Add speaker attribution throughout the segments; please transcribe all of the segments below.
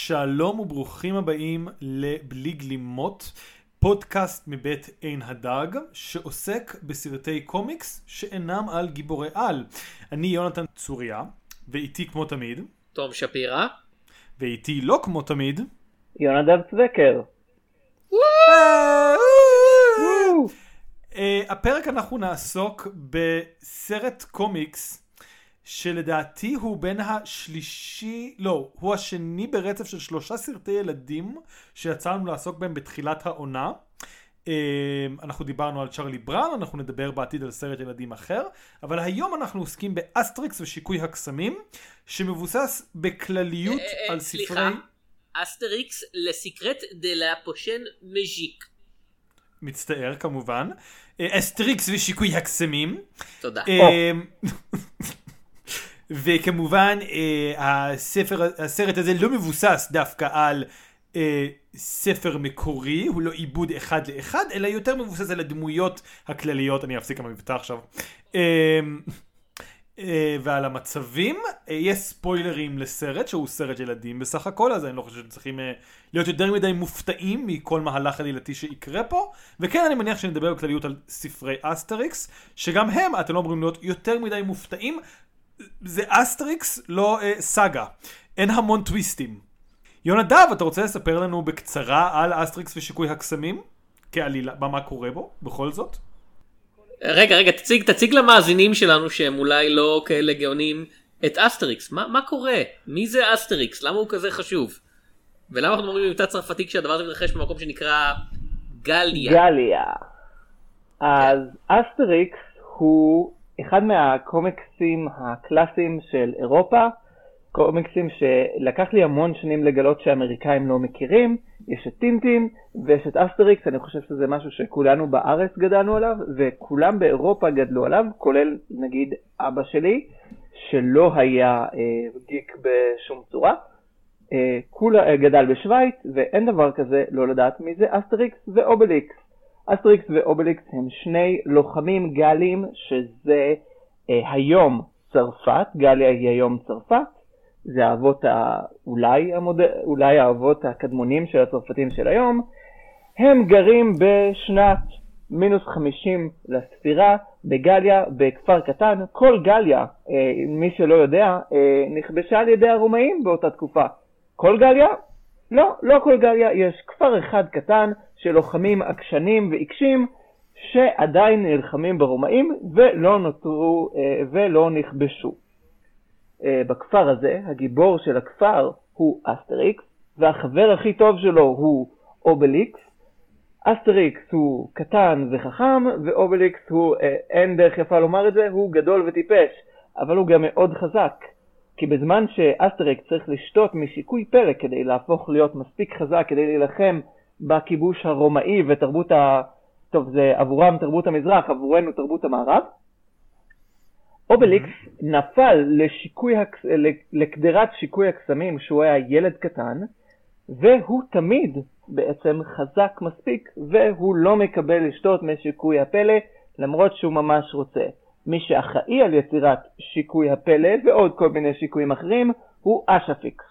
Speaker 1: שלום וברוכים הבאים לבלי גלימות, פודקאסט מבית עין הדג, שעוסק בסרטי קומיקס שאינם על גיבורי על. אני יונתן צוריה, ואיתי כמו תמיד
Speaker 2: תום שפירא,
Speaker 1: ואיתי לא כמו תמיד
Speaker 3: יונדב צווקר.
Speaker 1: הפרק אנחנו נעסוק בסרט קומיקס שלדעתי הוא בין הוא השני ברצף של 3 סרטי ילדים שיצאנו לעסוק בהם בתחילת העונה. אנחנו דיברנו על צ'רלי בראון, אנחנו נדבר בעתיד על סרט ילדים אחר, אבל היום אנחנו עוסקים באסטריקס ושיקוי הקסמים, שמבוסס בכלליות על ספרי...
Speaker 2: סליחה, אסטריקס לסיקרט דה לה פושן מז'יק.
Speaker 1: מצטער כמובן. אסטריקס ושיקוי הקסמים.
Speaker 2: תודה.
Speaker 1: וכמובן הסרט הזה לא מבוסס דווקא על ספר מקורי, הוא לא עיבוד אחד לאחד, אלא יותר מבוסס על הדמויות הכלליות. אני אפסיק המבטא עכשיו. ועל המצבים. יש ספוילרים לסרט שהוא סרט ילדים בסך הכל, אז אני לא חושב שצריכים להיות יותר מדי מופתעים מכל מהלך עלילתי שיקרה פה. וכן, אני מניח שנדבר בכלליות על ספרי אסטריקס, שגם הם אתם לא אמורים להיות יותר מדי מופתעים. זה אסטריקס, לא סאגה. אין המון טוויסטים. יונדב, אתה רוצה לספר לנו בקצרה על אסטריקס ושיקוי הקסמים? כעלילה, מה קורה בו, בכל זאת?
Speaker 2: רגע, תציג למאזינים שלנו שהם אולי לא כאלה גאונים את אסטריקס. מה קורה? מי זה אסטריקס? למה הוא כזה חשוב? ולמה אנחנו אומרים מבטא צרפתי כשהדבר הזה מתרחש במקום שנקרא גליה?
Speaker 3: גליה. אז אסטריקס הוא אחד מהקומיקסים הקלאסיים של אירופה, קומיקסים שלקח לי המון שנים לגלות שהאמריקאים לא מכירים. יש את טינטין ויש את אסטריקס, אני חושב שזה משהו שכולנו בארץ גדלנו עליו, וכולם באירופה גדלו עליו, כולל נגיד אבא שלי, שלא היה גיק בשום צורה. כולה גדל בשוויץ, ואין דבר כזה לא לדעת מי זה אסטריקס ואובליקס. אסטריקס ואובליקס הם שני לוחמים גלים, שזה היום צרפת. גליה היא היום צרפת. זה האבות אולי האבות הקדמונים של הצרפתים של היום. הם גרים בשנת מינוס 50 לספירה בגליה, בכפר קטן. כל גליה, מי שלא יודע, נכבשה על ידי הרומאים באותה תקופה. כל גליה? לא כל גליה. יש כפר אחד קטן של לוחמים עקשנים ועיקשים שעדיין נלחמים ברומאים ולא נותרו ולא נכבשו. בכפר הזה, הגיבור של הכפר הוא אסטריקס, והחבר הכי טוב שלו הוא אובליקס. אסטריקס הוא קטן וחכם, ואובליקס הוא, אין דרך יפה לומר את זה, הוא גדול וטיפש, אבל הוא גם מאוד חזק. כי בזמן שאסטריקס צריך לשתות משיקוי פלא כדי להפוך להיות מספיק חזק כדי להילחם בכיבוש הרומאי ותרבות זה עבורם תרבות המזרח, עבורנו תרבות המערב, אובליקס נפל לקדרת שיקוי הקסמים כשהוא היה ילד קטן, והוא תמיד בעצם חזק מספיק, והוא לא מקבל לשתות משיקוי הפלא למרות שהוא ממש רוצה. מי שאחראי על יצירת שיקוי הפלא ועוד כל מיני שיקויים אחרים הוא אשפיקס,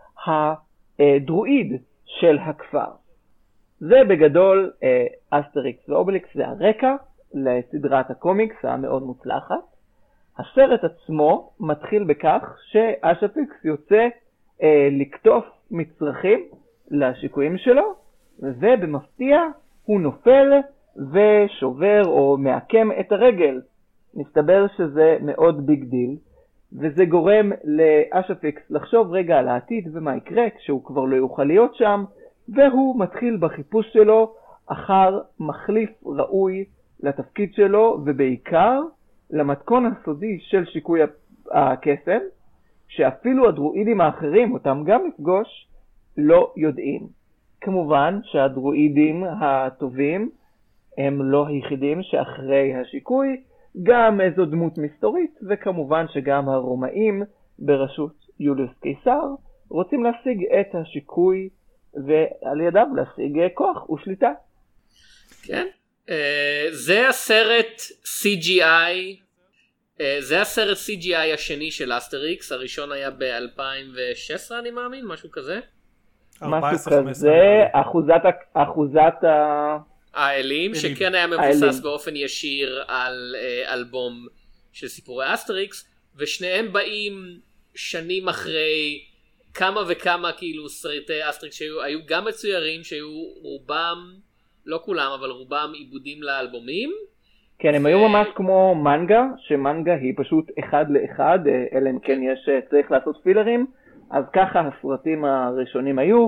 Speaker 3: הדרואיד של הכפר. זה בגדול אסטריקס ואובליקס, זה הרקע לסדרת הקומיקס המאוד מוצלחת. הסרט עצמו מתחיל בכך שאשפיקס יוצא לקטוף מצרכים לשיקויים שלו, ובמפתיע הוא נופל ושובר או מעקם את הרגל. מסתבר שזה מאוד ביג דיל, וזה גורם לאשפיקס לחשוב רגע על העתיד ומה יקרה כשהוא כבר לא יוכל להיות שם, והוא מתחיל בחיפוש שלו אחר מחליף ראוי לתפקיד שלו, ובעיקר למתכון הסודי של שיקוי הקסם, שאפילו הדרואידים האחרים אותם גם נפגוש לא יודעים. כמובן שהדרואידים הטובים הם לא היחידים שאחרי השיקוי, גם איזו דמות מסתורית, וכמובן שגם הרומאים בראשות יוליוס קיסר רוצים להשיג את השיקוי ועל ידיו להשיג כוח ושליטה.
Speaker 2: כן, זה הסרט CGI, זה הסרט CGI השני של אסטריקס. הראשון היה ב-2016 אני מאמין, משהו כזה.
Speaker 3: משהו כזה, אחוזת
Speaker 2: האלים, שכן היה מבוסס באופן ישיר על אלבום של סיפורי אסטריקס, ושניהם באים שנים אחרי כמה וכמה כאילו סרטי אסטריקס שהיו גם מצוירים, שהיו רובם, לא כולם, אבל רובם עיבודים לאלבומים.
Speaker 3: כן, הם היו ממש כמו מנגה, שמנגה היא פשוט אחד לאחד, אלא אם כן צריך לעשות פילרים, אז ככה הסרטים הראשונים היו.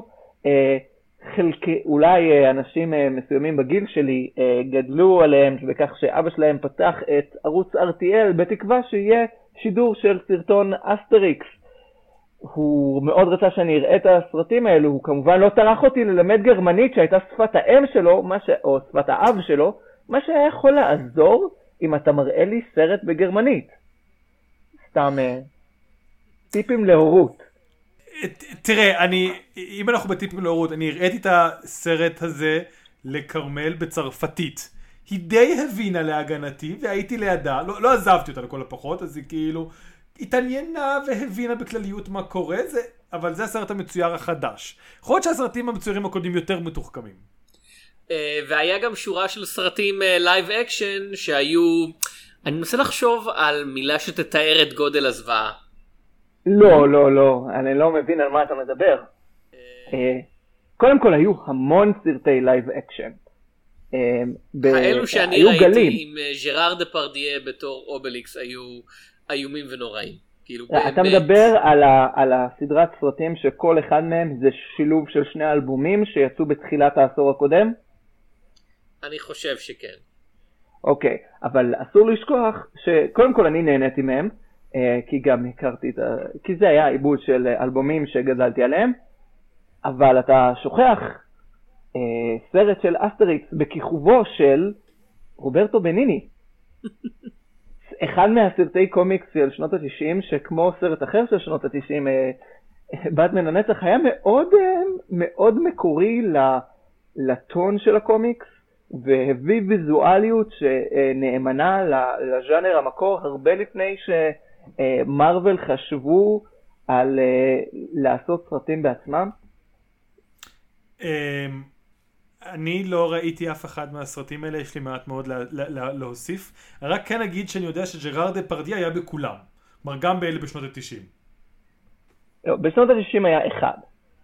Speaker 3: אולי אנשים מסוימים בגיל שלי גדלו עליהם בכך שאבא שלהם פתח את ערוץ RTL בתקווה שיהיה שידור של סרטון אסטריקס. הוא מאוד רצה שאני אראה את הסרטים האלו, הוא כמובן לא טרח אותי ללמד גרמנית שהייתה שפת האם שלו, או שפת האב שלו, מה שהיה יכול לעזור אם אתה מראה לי סרט בגרמנית. סתם טיפים להורות.
Speaker 1: תראה, אם אנחנו בטיפים להורות, אני הראיתי את הסרט הזה לקרמל בצרפתית. היא די הבינה להגנתי והייתי לידה, לא עזבתי אותה לכל הפחות, אז היא כאילו התעניינה והבינה בכלליות מה קורה, אבל זה הסרט המצויר החדש. יכול להיות שהסרטים המצוירים הקודמים יותר מתוחכמים.
Speaker 2: והיה גם שורה של סרטים לייב אקשן שהיו, אני מנסה לחשוב על מילה שתתאר את גודל הזוועה.
Speaker 3: לא, אני לא מבין על מה אתה מדבר. קודם כל היו המון סרטי לייב אקשן.
Speaker 2: האלו שאני ראיתי עם ז'ראר דפרדיה בתור אובליקס היו איומים ונוראים.
Speaker 3: אתה מדבר על הסדרת סרטים שכל אחד מהם זה שילוב של שני אלבומים שיצאו בתחילת העשור הקודם?
Speaker 2: אני חושב שכן.
Speaker 3: אוקיי, אבל אסור לשכוח שקודם כל אני נהניתי מהם, כי גם הכרתי כי זה היה עיבוד של אלבומים שגדלתי עליהם, אבל אתה שוכח סרט של אסטריקס בכיכובו של רוברטו בניני. אחד מהסרטי קומיקס של שנות ה-90, שכמו סרט אחר של שנות ה-90, באטמן הנצח, היה מאוד מאוד מקורי לטון של הקומיקס, והביא ויזואליות שנאמנה לז'אנר המקור הרבה לפני שמרוול חשבו על לעשות סרטים בעצמם.
Speaker 1: אני לא ראיתי אף אחד מהסרטים האלה, יש לי מעט מאוד להוסיף. רק כן אגיד שאני יודע שז'ראר דפרדיה היה בכולם. כלומר גם באלה בשנות ה-90.
Speaker 3: בשנות ה-90 היה אחד.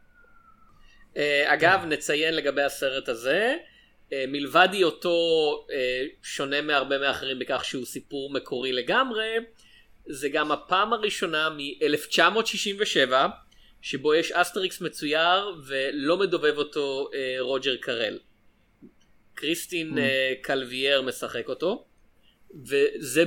Speaker 2: אגב, נציין לגבי הסרט הזה, מלבד היותו שונה מהרבה מאחרים בכך שהוא סיפור מקורי לגמרי, זה גם הפעם הראשונה מ-1967, שבו יש אסטריקס מצויר ולא מדובב אותו רוג'ר קרל. קריסטין קלווייר משחק אותו, וזה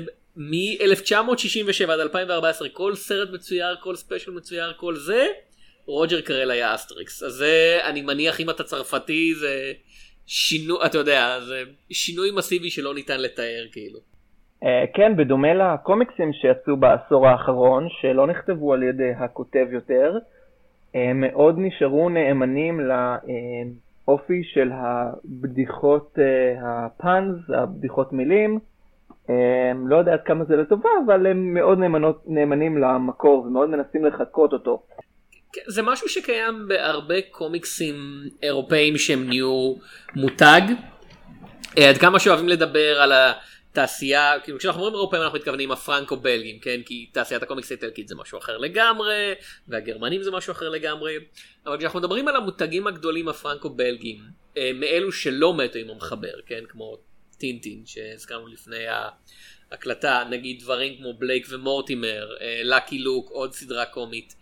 Speaker 2: מ-1967 עד 2014, כל סרט מצויר, כל ספיישל מצויר, כל זה, רוג'ר קרל היה אסטריקס. אז זה, אני מניח, אם אתה צרפתי, זה שינוי, אתה יודע, זה שינוי מסיבי שלא ניתן לתאר כאילו.
Speaker 3: כן, בדומה לקומיקסים שיצאו בעשור האחרון, שלא נכתבו על ידי הכותב יותר, מאוד נשארו נאמנים לאופי של הבדיחות הפאנז, הבדיחות מילים. לא יודע עד כמה זה לטובה, אבל הם מאוד נאמנים למקור ומאוד מנסים לחקות אותו.
Speaker 2: זה משהו שקיים בהרבה קומיקסים אירופאים שהם נהיו מותג. עד כמה שאוהבים לדבר על התעשייה, כאילו כשאנחנו אומרים אירופאים אנחנו מתכוונים הפרנקו-בלגים, כן? כי תעשיית הקומיקס האיטלקית זה משהו אחר לגמרי, והגרמנים זה משהו אחר לגמרי. אבל כשאנחנו מדברים על המותגים הגדולים הפרנקו-בלגים, מאלו שלא מתו עם המחבר, כן? כמו טינטין שהזכרנו לפני ההקלטה, נגיד דברים כמו בלייק ומורטימר, לקי לוק, עוד סדרה קומית.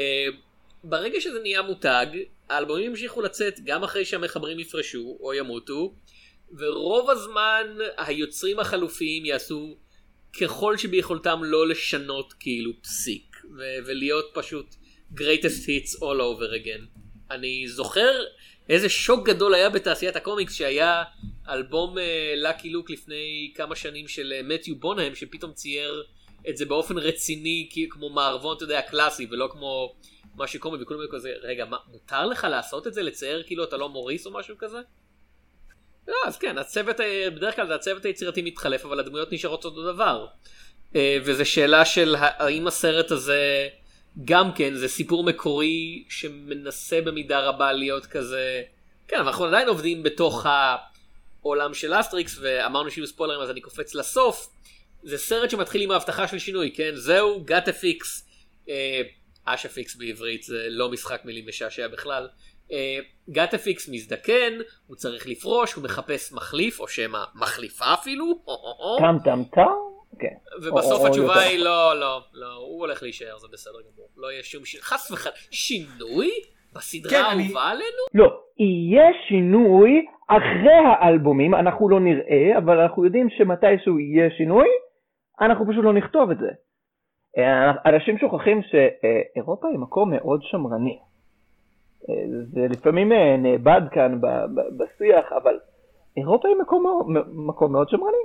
Speaker 2: ברגע שזה נהיה מותג, האלבומים המשיכו לצאת גם אחרי שהמחברים יפרשו או ימותו, ורוב הזמן היוצרים החלופיים יעשו ככל שביכולתם לא לשנות כאילו פסיק, ולהיות פשוט greatest hits all over again. אני זוכר איזה שוק גדול היה בתעשיית הקומיקס שהיה אלבום לקי לוק לפני כמה שנים של מתיו בונהם, שפתאום צייר את זה באופן רציני כמו מערבון, אתה יודע, קלאסי, ולא כמו מה שקומי וכולם כזה, רגע, מה, מותר לך לעשות את זה, לצייר כאילו אתה לא מוריס או משהו כזה? לא, אז כן, הצוות, בדרך כלל זה הצוות היצירתי מתחלף, אבל הדמויות נשארות אותו דבר. וזו שאלה של האם הסרט הזה גם כן זה סיפור מקורי שמנסה במידה רבה להיות כזה, כן, אבל אנחנו עדיין עובדים בתוך העולם של אסטריקס, ואמרנו שיהיו ספוילרים אז אני קופץ לסוף. זה סרט שמתחיל עם ההבטחה של שינוי, כן, זהו גאטה פיקס, אשה פיקס בעברית, זה לא משחק מילים משעשע בכלל. גאטה פיקס מזדקן, הוא צריך לפרוש, הוא מחפש מחליף, או שמה מחליפה אפילו,
Speaker 3: טם טם טם, כן.
Speaker 2: ובסוף התשובה היא לא, הוא הולך להישאר, זה בסדר גמור, לא יהיה שום חס וחלילה, שינוי בסדרה האהובה עלינו?
Speaker 3: לא, יהיה שינוי אחרי האלבומים, אנחנו לא נראה, אבל אנחנו יודעים שמתישהו יהיה שינוי, אנחנו פשוט לא נכתוב את זה. אנשים שוכחים שאירופה היא מקום מאוד שמרני. זה לפעמים נאבד כאן בשיח, אבל אירופה היא מקום מאוד שמרני.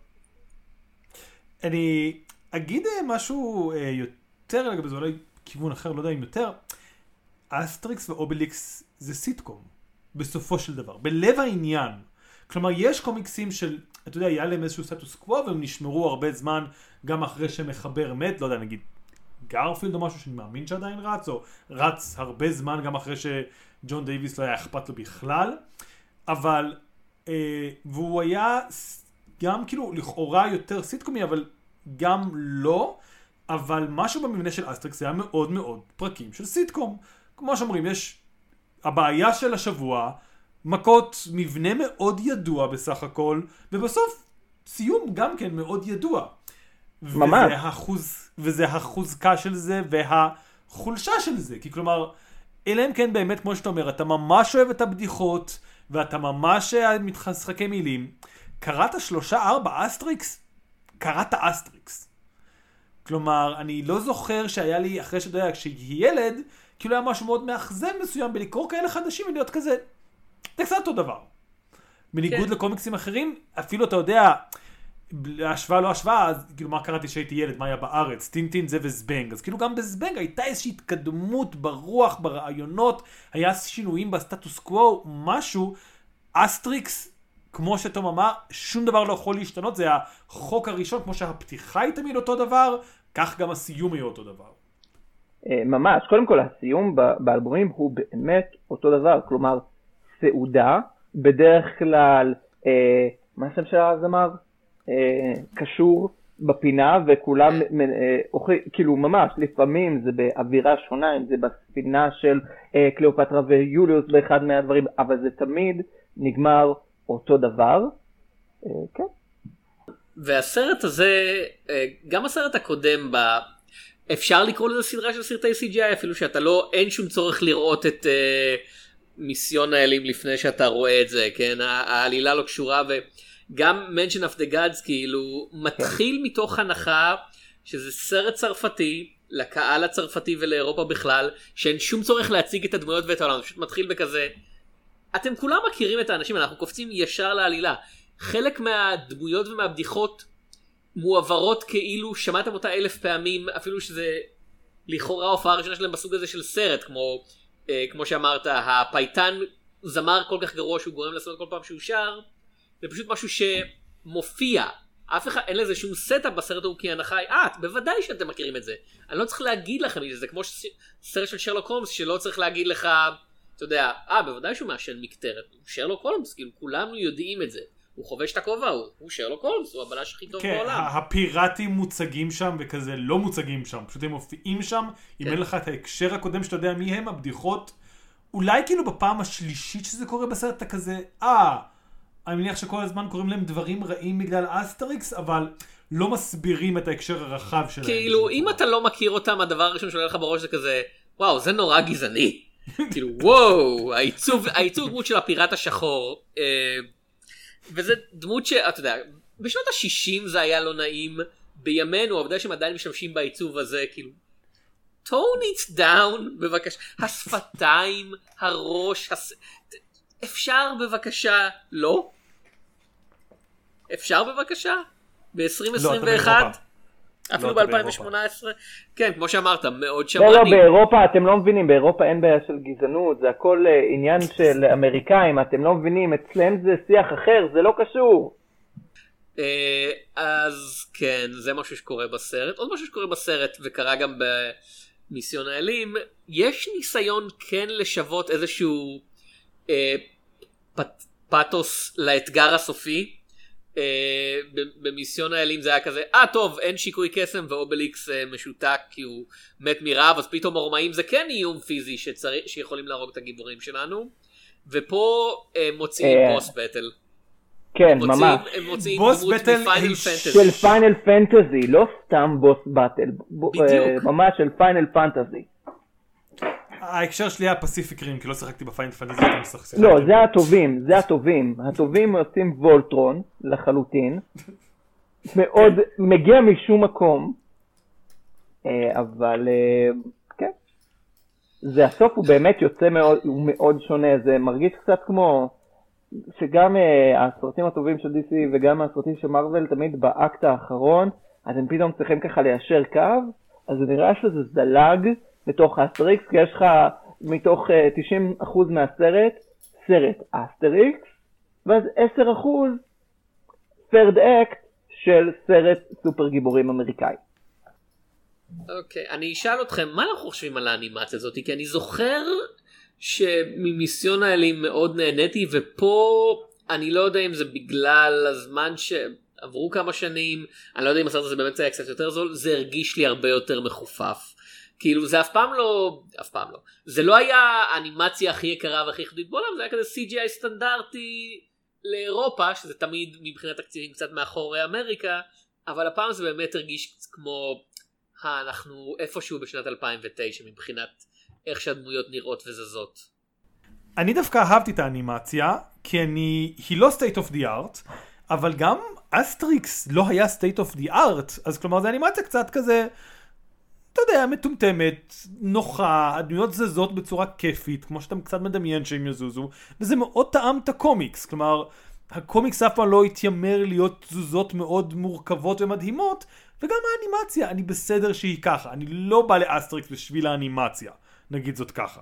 Speaker 1: אני אגיד משהו יותר לגבי זה, אולי כיוון אחר, לא יודע אם יותר. אסטריקס ואובליקס זה סיטקום, בסופו של דבר, בלב העניין. כלומר, יש קומיקסים של, אתה יודע, היה להם איזשהו סטטוס קוו, והם נשמרו הרבה זמן, גם אחרי שמחבר מת, לא יודע, נגיד, גארפילד או משהו שאני מאמין שעדיין רץ, או רץ הרבה זמן, גם אחרי שג'ון דייביס לא היה אכפת לו בכלל, אבל, והוא היה גם כאילו לכאורה יותר סיטקומי, אבל גם לא, אבל משהו במבנה של אסטריקס היה מאוד מאוד פרקים של סיטקום. כמו שאומרים, יש הבעיה של השבוע, מכות מבנה מאוד ידוע בסך הכל, ובסוף סיום גם כן מאוד ידוע.
Speaker 3: ממש.
Speaker 1: וזה החוזקה של זה והחולשה של זה. כי כלומר, אלא אם כן באמת, כמו שאתה אומר, אתה ממש אוהב את הבדיחות, ואתה ממש מתחשחקי מילים. קראת 3-4 אסטריקס? קראת אסטריקס. כלומר, אני לא זוכר שהיה לי, אחרי שאתה יודע, כשהיא ילד, כאילו היה משהו מאוד מאכזב מסוים בלקרוא כאלה חדשים ולהיות כזה, זה קצת אותו דבר. בניגוד לקומיקסים אחרים, אפילו אתה יודע, השוואה לא השוואה, אז כאילו מה קראתי שהייתי ילד, מה היה בארץ, טינטין זה וזבנג, אז כאילו גם בזבנג הייתה איזושהי התקדמות ברוח, ברעיונות, היה שינויים בסטטוס קוו, משהו, אסטריקס, כמו שתום אמר, שום דבר לא יכול להשתנות, זה החוק הראשון, כמו שהפתיחה היא תמיד אותו דבר, כך גם הסיום יהיה אותו דבר.
Speaker 3: ממש, קודם כל הסיום באלבומים הוא באמת אותו דבר, כלומר סעודה, בדרך כלל, מה השם של הזמר? קשור בפינה וכולם כאילו ממש, לפעמים זה באווירה שונה, אם זה בספינה של קליאופטרה ויוליוס באחד מהדברים, אבל זה תמיד נגמר אותו דבר, כן.
Speaker 2: והסרט הזה, גם הסרט הקודם אפשר לקרוא לזה סדרה של סרטי CGI, אפילו שאתה לא, אין שום צורך לראות את מיסיון האלים לפני שאתה רואה את זה, כן? העלילה לא קשורה, וגם Mention of the Gods כאילו מתחיל מתוך הנחה שזה סרט צרפתי, לקהל הצרפתי ולאירופה בכלל, שאין שום צורך להציג את הדמויות ואת העולם, פשוט מתחיל בכזה, אתם כולם מכירים את האנשים, אנחנו קופצים ישר לעלילה, חלק מהדמויות ומהבדיחות מועברות כאילו שמעתם אותה 1000 פעמים, אפילו שזה לכאורה הופעה הראשונה שלהם בסוג הזה של סרט, כמו שאמרת, הפייטן זמר כל כך גרוע שהוא גורם לעשות כל פעם שהוא שר, זה פשוט משהו שמופיע, אף אחד, אין לזה שום סטאפ בסרט ההוא, כי ההנחה היא, בוודאי שאתם מכירים את זה, אני לא צריך להגיד לכם את זה, זה כמו סרט של שרלוק הולמס, שלא צריך להגיד לך, אתה יודע, בוודאי שהוא מעשן מקטרת, שרלוק הולמס, כאילו כולנו יודעים את זה, הוא חובש את הכובע, הוא שרלוק הולמס, הוא הבלש הכי טוב בעולם.
Speaker 1: כן, הפיראטים מוצגים שם וכזה לא מוצגים שם, פשוט הם מופיעים שם, אם אין לך את ההקשר הקודם שאתה יודע מי הם, הבדיחות, אולי כאילו בפעם השלישית שזה קורה בסרט אתה כזה, אני מניח שכל הזמן קוראים להם דברים רעים בגלל אסטריקס, אבל לא מסבירים את ההקשר הרחב שלהם.
Speaker 2: כאילו, אם אתה לא מכיר אותם, הדבר הראשון שעולה לך בראש זה כזה, וואו, זה נורא גזעני. כאילו, וואו, העיצוב דמות של הפיראט השחור, וזה דמות שאתה יודע, בשנות ה-60 זה היה לא נעים, בימינו, העובדה שהם עדיין משתמשים בעיצוב הזה, כאילו, tone it down, בבקשה, השפתיים, הראש, אפשר בבקשה, לא? אפשר בבקשה? ב-2021? אפילו ב-2018? כן, כמו שאמרת, מאוד שמרני.
Speaker 3: לא, באירופה, אתם לא מבינים, באירופה אין בעיה של גזענות, זה הכל עניין של אמריקאים, אתם לא מבינים, אצלם זה שיח אחר, זה לא קשור.
Speaker 2: אז כן, זה משהו שקורה בסרט. עוד משהו שקורה בסרט, וקרה גם מיסיון האלים, יש ניסיון כן לשוות איזשהו פאטוס לאתגר הסופי. במיסיון האלים זה היה כזה, טוב, אין שיקוי קסם ואובליקס משותק כי הוא מת מרעב, אז פתאום הרומאים זה כן איום פיזי שיכולים להרוג את הגיבורים שלנו, ופה מוציאים בוס בטל.
Speaker 3: כן, ממש.
Speaker 2: הם מוציאים
Speaker 1: בוס
Speaker 2: דמות
Speaker 1: בטל
Speaker 2: מפיינל פנטזי.
Speaker 3: של פיינל פנטזי, לא סתם בוס באטל.
Speaker 2: בדיוק.
Speaker 3: ממש של פיינל פנטזי.
Speaker 1: ההקשר שלי היה פסיפיק רים, כי לא שחקתי בפיינל פנטזי.
Speaker 3: לא, זה הטובים, זה הטובים. הטובים עושים וולטרון לחלוטין. מאוד מגיע משום מקום. אבל כן. זה הסוף הוא באמת יוצא מאוד, הוא מאוד שונה. זה מרגיש קצת כמו שגם הסרטים הטובים של DC וגם הסרטים של מרוול תמיד באקט האחרון, אז הם פתאום צריכים ככה ליישר קו, אז זה נראה שזה זלג בתוך אסטריקס, כי יש לך מתוך 90% מהסרט, סרט אסטריקס, ואז 10% third act של סרט סופר גיבורים אמריקאי.
Speaker 2: אוקיי, אני אשאל אתכם, מה אנחנו חושבים על האנימציה הזאת? כי אני זוכר שממיסיון האלים מאוד נהניתי, ופה אני לא יודע אם זה בגלל הזמן שעברו כמה שנים, אני לא יודע אם הסרט הזה באמת היה קצת יותר זול, זה הרגיש לי הרבה יותר מחופף. כאילו זה אף פעם לא, זה לא היה האנימציה הכי יקרה והכי ייחודית בעולם, זה היה כזה CGI סטנדרטי לאירופה, שזה תמיד מבחינת תקציבים קצת מאחורי אמריקה, אבל הפעם זה באמת הרגיש כמו, אנחנו איפשהו בשנת 2009 מבחינת איך שהדמויות נראות וזזות.
Speaker 1: אני דווקא אהבתי את האנימציה, כי היא לא state of the art, אבל גם אסטריקס לא היה state of the art, אז כלומר זה אנימציה קצת כזה, אתה יודע, מטומטמת, נוחה, הדמויות זזות בצורה כיפית, כמו שאתה קצת מדמיין שהם יזוזו, וזה מאוד טעם את הקומיקס, כלומר, הקומיקס אף פעם לא התיימר להיות תזוזות מאוד מורכבות ומדהימות, וגם האנימציה, אני בסדר שהיא ככה, אני לא בא לאסטריקס בשביל האנימציה, נגיד זאת ככה.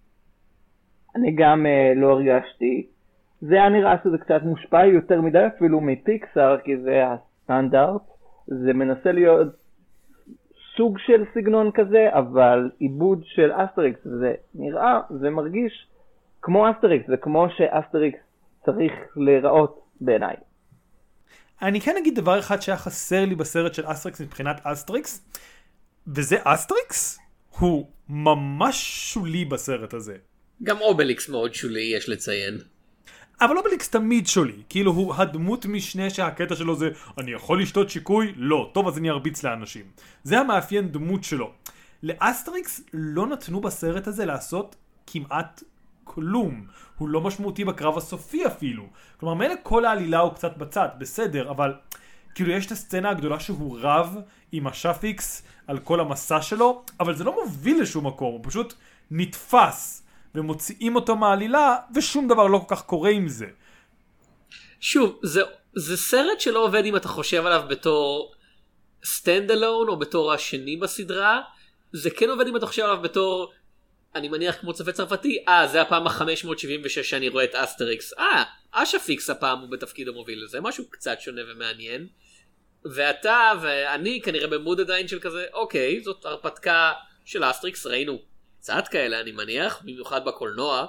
Speaker 3: אני גם לא הרגשתי, זה היה נראה שזה קצת מושפע יותר מדי אפילו מפיקסאר, כי זה הסטנדרט, זה מנסה להיות סוג של סגנון כזה, אבל עיבוד של אסטריקס, זה נראה, זה מרגיש כמו אסטריקס, זה כמו שאסטריקס צריך להיראות בעיניי.
Speaker 1: אני כן אגיד דבר אחד שהיה חסר לי בסרט של אסטריקס מבחינת אסטריקס, וזה אסטריקס הוא ממש שולי בסרט הזה.
Speaker 2: גם אובליקס מאוד שולי, יש לציין.
Speaker 1: אבל אובליקס תמיד שולי, כאילו הוא הדמות משנה שהקטע שלו זה אני יכול לשתות שיקוי? לא, טוב אז אני ארביץ לאנשים. זה המאפיין דמות שלו. לאסטריקס לא נתנו בסרט הזה לעשות כמעט כלום. הוא לא משמעותי בקרב הסופי אפילו. כלומר, מילא כל העלילה הוא קצת בצד, בסדר, אבל כאילו יש את הסצנה הגדולה שהוא רב עם השאפיקס על כל המסע שלו, אבל זה לא מוביל לשום מקום, הוא פשוט נתפס. ומוציאים אותו מהעלילה, ושום דבר לא כל כך קורה עם זה.
Speaker 2: שוב, זה סרט שלא עובד אם אתה חושב עליו בתור stand alone, או בתור השני בסדרה, זה כן עובד אם אתה חושב עליו בתור, אני מניח כמו צופה צרפתי, זה הפעם ה-576 שאני רואה את אסטריקס, אשפיקס הפעם הוא בתפקיד המוביל, זה משהו קצת שונה ומעניין, ואתה ואני כנראה במוד עדיין של כזה, אוקיי, זאת הרפתקה של אסטריקס, ראינו קצת כאלה אני מניח, במיוחד בקולנוע,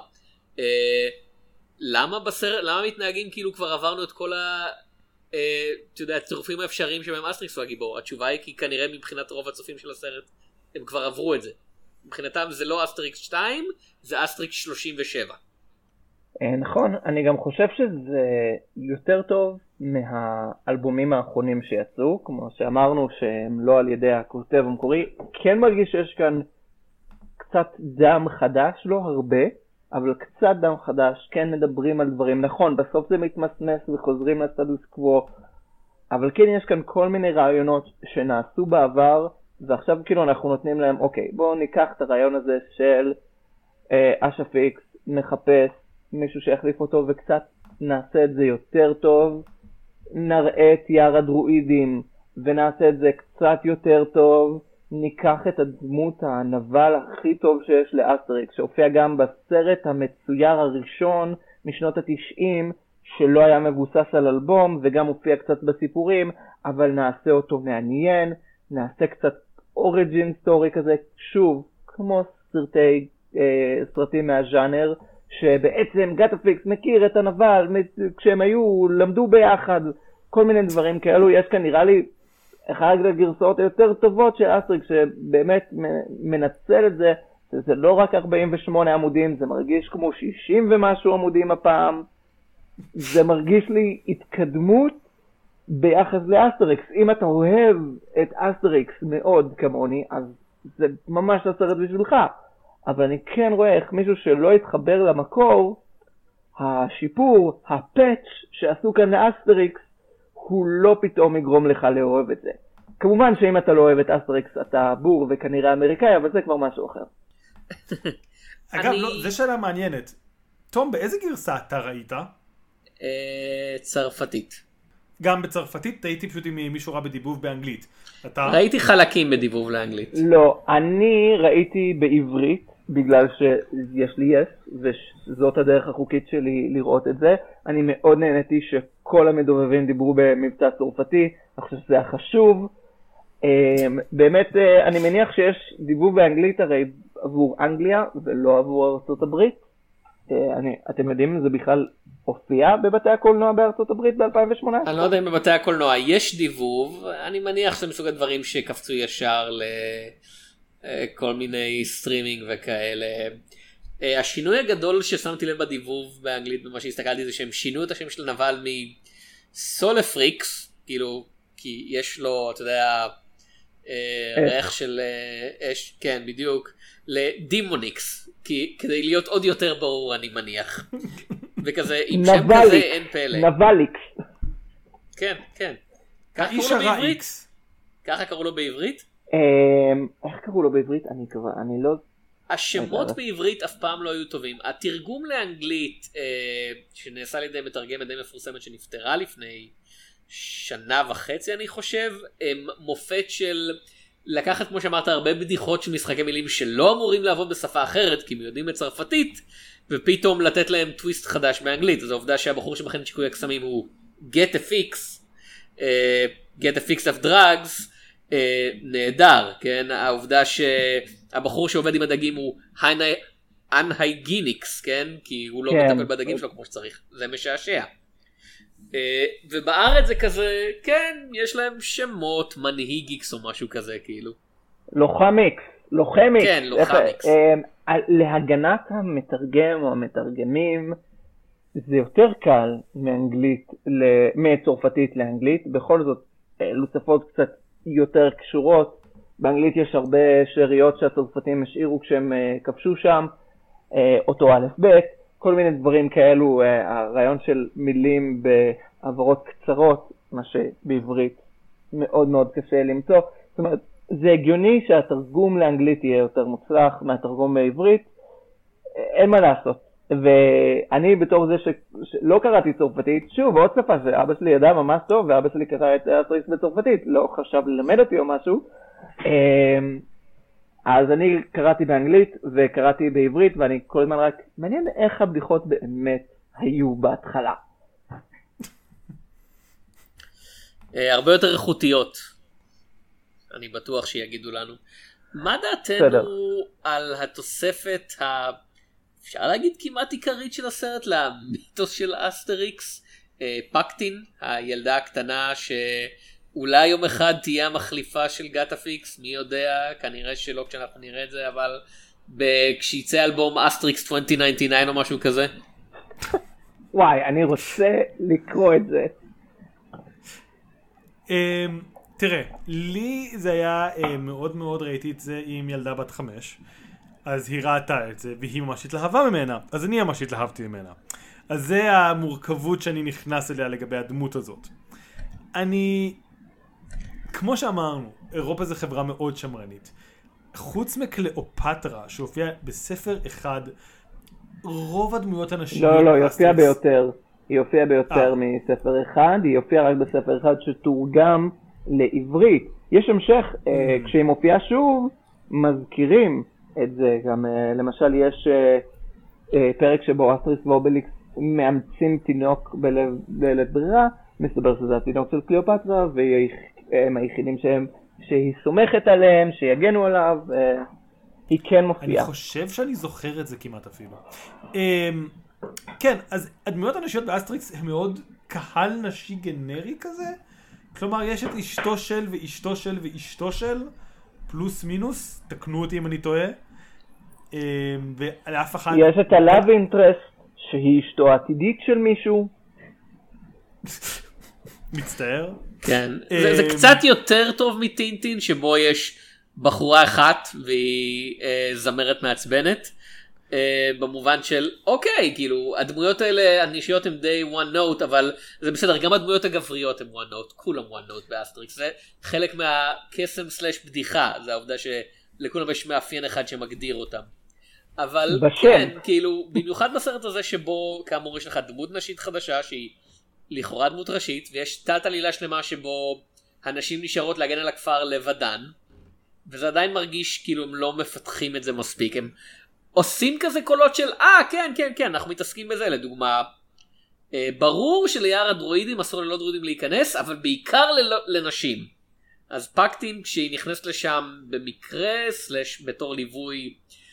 Speaker 2: למה מתנהגים כאילו כבר עברנו את כל הצירופים האפשריים שבהם אסטריקס הוא הגיבור? התשובה היא כי כנראה מבחינת רוב הצופים של הסרט הם כבר עברו את זה. מבחינתם זה לא אסטריקס 2, זה אסטריקס 37.
Speaker 3: נכון, אני גם חושב שזה יותר טוב מהאלבומים האחרונים שיצאו, כמו שאמרנו שהם לא על ידי הכותב המקורי, כן מרגיש שיש כאן קצת דם חדש, לא הרבה, אבל קצת דם חדש, כן מדברים על דברים, נכון, בסוף זה מתמסמס וחוזרים לסטטוס קוו, אבל כן יש כאן כל מיני רעיונות שנעשו בעבר, ועכשיו כאילו אנחנו נותנים להם, אוקיי, בואו ניקח את הרעיון הזה של אשפיקס, נחפש מישהו שיחליף אותו וקצת נעשה את זה יותר טוב, נראה את יער הדרואידים ונעשה את זה קצת יותר טוב, ניקח את הדמות הנבל הכי טוב שיש לאסטריקס, שהופיע גם בסרט המצויר הראשון משנות ה-90, שלא היה מבוסס על אלבום, וגם הופיע קצת בסיפורים, אבל נעשה אותו מעניין, נעשה קצת אוריג'ין סטורי כזה, שוב, כמו סרטים מהז'אנר, שבעצם גאטפיקס מכיר את הנבל, כשהם למדו ביחד, כל מיני דברים כאלו. יש כאן נראה לי אחת הגרסאות היותר טובות של אסטריקס, שבאמת מנצל את זה. זה לא רק 48 עמודים, זה מרגיש כמו 60 ומשהו עמודים הפעם. זה מרגיש לי התקדמות ביחס לאסטריקס. אם אתה אוהב את אסטריקס מאוד כמוני, אז זה ממש הסרט בשבילך. אבל אני כן רואה איך מישהו שלא התחבר למקור, השיפור, הפאץ' שעשו כאן לאסטריקס, הוא לא פתאום יגרום לך לאהוב את זה. כמובן שאם אתה לא אוהב את אסטריקס, אתה בור וכנראה אמריקאי, אבל זה כבר משהו אחר.
Speaker 1: אגב, זו שאלה מעניינת. תום, באיזה גרסה אתה ראית?
Speaker 2: צרפתית.
Speaker 3: גם בצרפתית? הייתי פשוט עם מישהו ראה בדיבוב באנגלית.
Speaker 2: אתה... ראיתי חלקים בדיבוב לאנגלית.
Speaker 3: לא, אני ראיתי בעברית, בגלל שיש לי וזאת הדרך החוקית שלי לראות את זה. אני מאוד נהניתי שכל המדובבים דיברו במבטא צרפתי, אני חושב שזה היה חשוב. באמת, אני מניח שיש דיבוב באנגלית הרי עבור אנגליה ולא עבור ארצות הברית. אתם יודעים אם זה בכלל הופיע בבתי הקולנוע בארצות הברית ב-2018?
Speaker 2: אני לא יודע אם בבתי הקולנוע יש דיבוב, אני מניח שזה מסוג הדברים שקפצו ישר לכל מיני סטרימינג וכאלה. השינוי הגדול ששמתי לב בדיבוב באנגלית במה שהסתכלתי זה שהם שינו את השם של הנבל מסולפריקס, כאילו, כי יש לו, אתה יודע, ריח של אש, כן בדיוק, לדימוניקס, כדי להיות עוד יותר ברור אני מניח. וכזה, עם שם כזה אין פלא.
Speaker 3: נבליקס.
Speaker 2: כן, כן. ככה קראו לו בעברית?
Speaker 3: איך קראו לו בעברית? אני לא...
Speaker 2: השמות בעברית אף פעם לא היו טובים. התרגום לאנגלית, שנעשה על ידי מתרגמת די מפורסמת שנפטרה לפני 1.5 שנה אני חושב, מופת של לקחת כמו שאמרת הרבה בדיחות של משחקי מילים שלא אמורים לעבוד בשפה אחרת כי הם יודעים את צרפתית, ופתאום לתת להם טוויסט חדש באנגלית. אז העובדה שהבחור שמכין את שיקוי הקסמים הוא get a fix, get a fix of drugs, נהדר, כן? העובדה שהבחור שעובד עם הדגים הוא unhygienics, כן? כי הוא לא מטפל בדגים שלו כמו שצריך, זה משעשע. ובארץ זה כזה, כן, יש להם שמות, מנהיגיקס או משהו כזה, כאילו.
Speaker 3: לוחמיקס.
Speaker 2: כן, לוחמיקס.
Speaker 3: להגנת המתרגם או המתרגמים, זה יותר קל מצרפתית לאנגלית. בכל זאת, אלו שפות קצת יותר קשורות. באנגלית יש הרבה שאריות שהצרפתים השאירו כשהם כבשו שם, אותו א' ב', כל מיני דברים כאלו, הרעיון של מילים בעברות קצרות, מה שבעברית מאוד מאוד קשה למצוא. זאת אומרת, זה הגיוני שהתרגום לאנגלית יהיה יותר מוצלח מהתרגום בעברית, אין מה לעשות. ואני בתור זה שלא קראתי צרפתית, שוב, עוד שפה שאבא שלי ידע ממש טוב, ואבא שלי קרא את אסטריקס בצרפתית, לא חשב ללמד אותי או משהו, אז אני קראתי באנגלית וקראתי בעברית, ואני כל הזמן רק מעניין איך הבדיחות באמת היו בהתחלה.
Speaker 2: הרבה יותר איכותיות, אני בטוח שיגידו לנו. מה דעתנו על התוספת אפשר להגיד כמעט עיקרית של הסרט למיתוס של אסטריקס, פקטין, הילדה הקטנה שאולי יום אחד תהיה המחליפה של גאטפיקס, מי יודע, כנראה שלא כשאנחנו נראה את זה, אבל כשיצא אלבום אסטריקס 2099 או משהו כזה.
Speaker 3: וואי, אני רוצה לקרוא את זה.
Speaker 1: תראה, לי זה היה מאוד מאוד, ראיתי את זה עם ילדה בת 5, אז היא ראתה את זה והיא ממש התלהבה ממנה, אז אני ממש התלהבתי ממנה. אז זה המורכבות שאני נכנס אליה לגבי הדמות הזאת. כמו שאמרנו, אירופה זה חברה מאוד שמרנית. חוץ מקליאופטרה שהופיעה בספר אחד, רוב הדמויות הנשים...
Speaker 3: לא, היא הופיעה ביותר. היא הופיעה ביותר מספר אחד, היא הופיעה רק בספר אחד שתורגם לעברית. יש המשך, כשהיא מופיעה שוב, מזכירים את זה. גם למשל יש פרק שבו אסטריקס ואובליקס מאמצים תינוק בלית ברירה, מסתבר שזה התינוק של קליאופטרה, והם היחידים שהיא סומכת עליהם, שיגנו עליו. היא כן מופיעה.
Speaker 1: אני חושב שאני זוכר את זה כמעט אפילו. כן, אז הדמויות הנשיות באסטריקס הן מאוד קהל נשי גנרי כזה. כלומר, יש את אשתו של ואשתו של ואשתו של, פלוס מינוס, תקנו אותי אם אני טועה. ולאף אחד...
Speaker 3: יש את ה-love interest, שהיא אשתו העתידית של מישהו.
Speaker 1: מצטער.
Speaker 2: כן, זה קצת יותר טוב מטינטין, שבו יש בחורה אחת והיא זמרת מעצבנת. במובן של אוקיי, כאילו הדמויות האלה הנשיות הם די one note, אבל זה בסדר, גם הדמויות הגבריות הם one note, כולם one note באסטריקס, זה חלק מהקסם סלש בדיחה, זה העובדה שלכולם יש מאפיין אחד שמגדיר אותם. אבל כן, כאילו במיוחד בסרט הזה שבו כאמור יש לך דמות נשית חדשה שהיא לכאורה דמות ראשית, ויש תת עלילה שלמה שבו הנשים נשארות להגן על הכפר לבדן, וזה עדיין מרגיש כאילו הם לא מפתחים את זה מספיק, הם עושים כזה קולות של כן כן כן אנחנו מתעסקים בזה. לדוגמה, ברור שליער הדרואידים אסור ללא דרואידים להיכנס, אבל בעיקר לנשים. אז פקטין כשהיא נכנסת לשם במקרה סלש בתור ליווי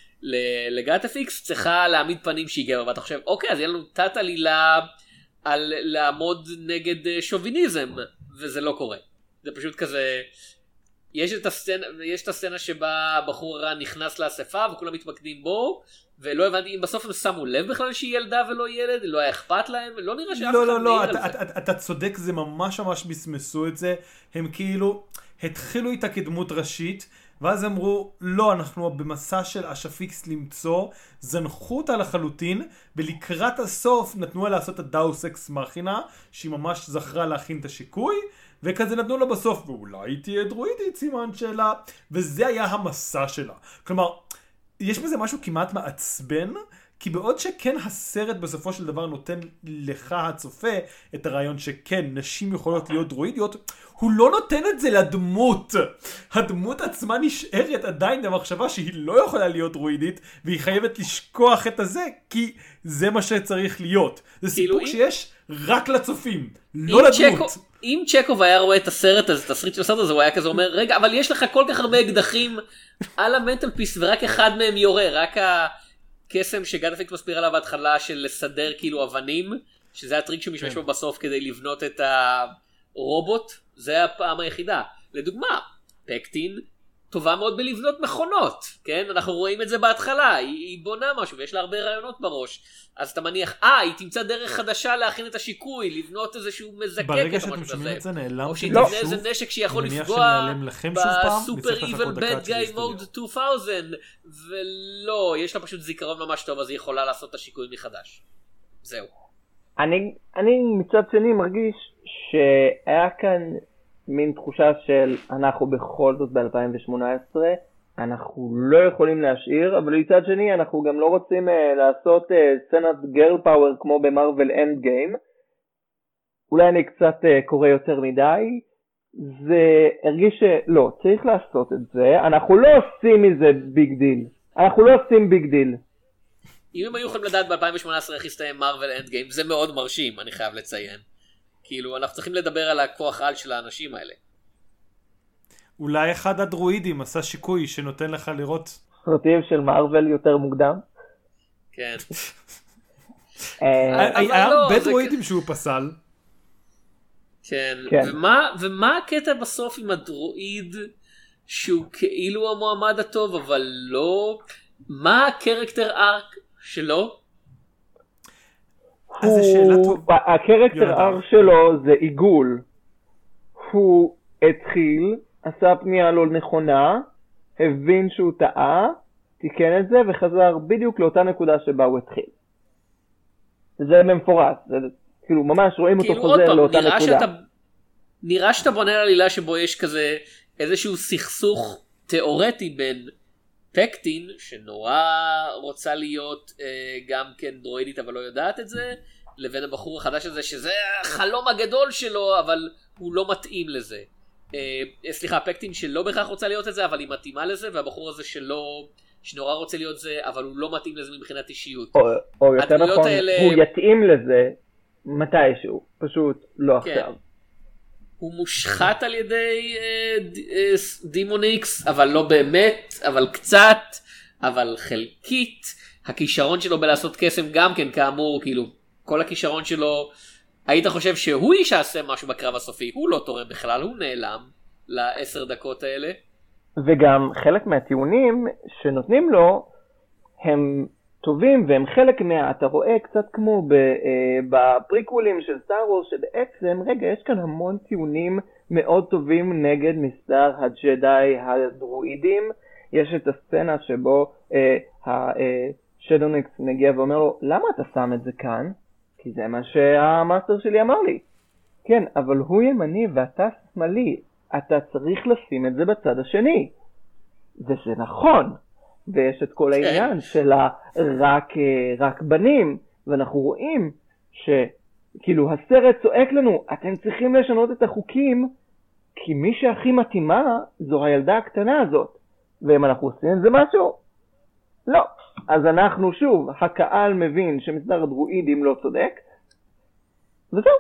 Speaker 2: לגאטפיקס צריכה להעמיד פנים שהיא גבר, ואתה חושב אוקיי, אז יהיה לנו תת עלילה על לעמוד נגד שוביניזם, וזה לא קורה. זה פשוט כזה, יש את הסצנה שבה בחור רע נכנס לאספה וכולם מתמקדים בו, ולא הבנתי אם בסוף הם שמו לב בכלל שהיא ילדה ולא ילד, לא היה אכפת להם, לא נראה שאף אחד
Speaker 1: לא, אתה צודק, זה ממש מסמסו את זה, הם כאילו התחילו איתה כדמות ראשית, ואז אמרו, לא, אנחנו במסע של אשפיקס למצוא, זנחו אותה לחלוטין, ולקראת הסוף נתנו לה לעשות את דאוס אקס מכינה, שהיא ממש זכרה להכין את השיקוי, וכזה נתנו לה בסוף, ואולי תהיה דרואידית, סימן שאלה, וזה היה המסע שלה. כלומר, יש בזה משהו כמעט מעצבן, כי בעוד שכן הסרט בסופו של דבר נותן לך הצופה את הרעיון שכן, נשים יכולות להיות דרואידיות, הוא לא נותן את זה לדמות. הדמות עצמה נשארת עדיין במחשבה שהיא לא יכולה להיות דרואידית, והיא חייבת לשכוח את הזה, כי זה מה שצריך להיות. זה סיפוק שיש רק לצופים, לא לדמות.
Speaker 2: אם צ'קוב היה רואה את הסרט הזה, את הסרט של הסרט הזה, הוא היה כזה אומר, רגע, אבל יש לך כל כך הרבה אקדחים על המנטל פיס, ורק אחד מהם יורה, רק הקסם שגאטפיקס מסביר עליו בהתחלה של לסדר כאילו אבנים, שזה הטריק שהוא משתמש בו בסוף כדי לבנות את הרובוט, זה הפעם היחידה. לדוגמה, פקטין טובה מאוד בלבנות מכונות, כן? אנחנו רואים את זה בהתחלה, היא בונה משהו ויש לה הרבה רעיונות בראש, אז אתה מניח, היא תמצא דרך חדשה להכין את השיקוי, לבנות איזשהו מזקק,
Speaker 1: ברגע שאתם שומעים את זה נעלם,
Speaker 2: או שתבנה איזה נשק שיכול לפגוע בסופר איבל בד גאי מוד 2000, ולא, יש לה פשוט זיכרון ממש טוב, אז היא יכולה לעשות את השיקוי מחדש. זהו.
Speaker 3: אני מצד שני מרגיש שהיה כאן מין תחושה של אנחנו בכל זאת ב-2018, אנחנו לא יכולים להשאיר, אבל מצד שני אנחנו גם לא רוצים לעשות סצנת גרל פאוור כמו במרוול אנד גיים. אולי אני קצת קורא יותר מדי, זה הרגיש שלא, צריך לעשות את זה, אנחנו לא עושים מזה ביג דיל, אנחנו לא עושים ביג דיל.
Speaker 2: אם הם היו יכולים לדעת ב-2018 איך יסתיים מרוול אנד גיים, זה מאוד מרשים, אני חייב לציין. כאילו, אנחנו צריכים לדבר על הכוח על של האנשים האלה.
Speaker 1: אולי אחד הדרואידים עשה שיקוי שנותן לך לראות
Speaker 3: סרטים של מארוול יותר מוקדם.
Speaker 2: כן.
Speaker 1: היה הרבה דרואידים שהוא פסל.
Speaker 2: כן. ומה הקטע בסוף עם הדרואיד שהוא כאילו המועמד הטוב, אבל לא... מה הקרקטר ארק שלו?
Speaker 3: הקרקטר ארק שלו זה עיגול. הוא התחיל, עשה פנייה לא נכונה, הבין שהוא טעה, תיקן את זה וחזר בדיוק לאותה נקודה שבה הוא התחיל. זה ממפורט, זה כאילו ממש רואים אותו חוזר לאותה נקודה.
Speaker 2: נראה שאתה בונה לעלילה שבו יש כזה איזשהו סכסוך תיאורטי בין פקטין שנורא רוצה להיות גם כן דרואידית אבל לא יודעת את זה, לבין הבחור החדש הזה שזה החלום הגדול שלו אבל הוא לא מתאים לזה. סליחה, פקטין שלא בהכרח רוצה להיות את זה אבל היא מתאימה לזה, והבחור הזה שנורא רוצה להיות זה אבל הוא לא מתאים לזה מבחינת אישיות.
Speaker 3: או יותר נכון, הוא יתאים לזה מתישהו, פשוט לא עכשיו.
Speaker 2: הוא מושחת על ידי דימון איקס, אבל לא באמת, אבל קצת, אבל חלקית הכישרון שלו בלעשות קסם גם כן כאמור, כאילו כל הכישרון שלו, היית חושב שהוא יעשה משהו בקרב הסופי, הוא לא תורם בכלל, הוא נעלם ל10 דקות האלה.
Speaker 3: וגם חלק מהטיעונים שנותנים לו הם טובים, והם חלק אתה רואה קצת כמו בפריקוולים של סטאר וורס, שבעצם, רגע, יש כאן המון טיעונים מאוד טובים נגד מסדר הג'די הדרואידים. יש את הסצנה שבו השדוניקס מגיע ואומר לו, למה אתה שם את זה כאן? כי זה מה שהמאסטר שלי אמר לי. כן, אבל הוא ימני ואתה שמאלי, אתה צריך לשים את זה בצד השני. וזה נכון. ויש את כל העניין של רק בנים, ואנחנו רואים שכאילו הסרט צועק לנו, אתם צריכים לשנות את החוקים, כי מי שהכי מתאימה זו הילדה הקטנה הזאת. ואם אנחנו עושים את זה משהו? לא. אז אנחנו שוב, הקהל מבין שמסדר הדרואידים לא צודק, וזהו.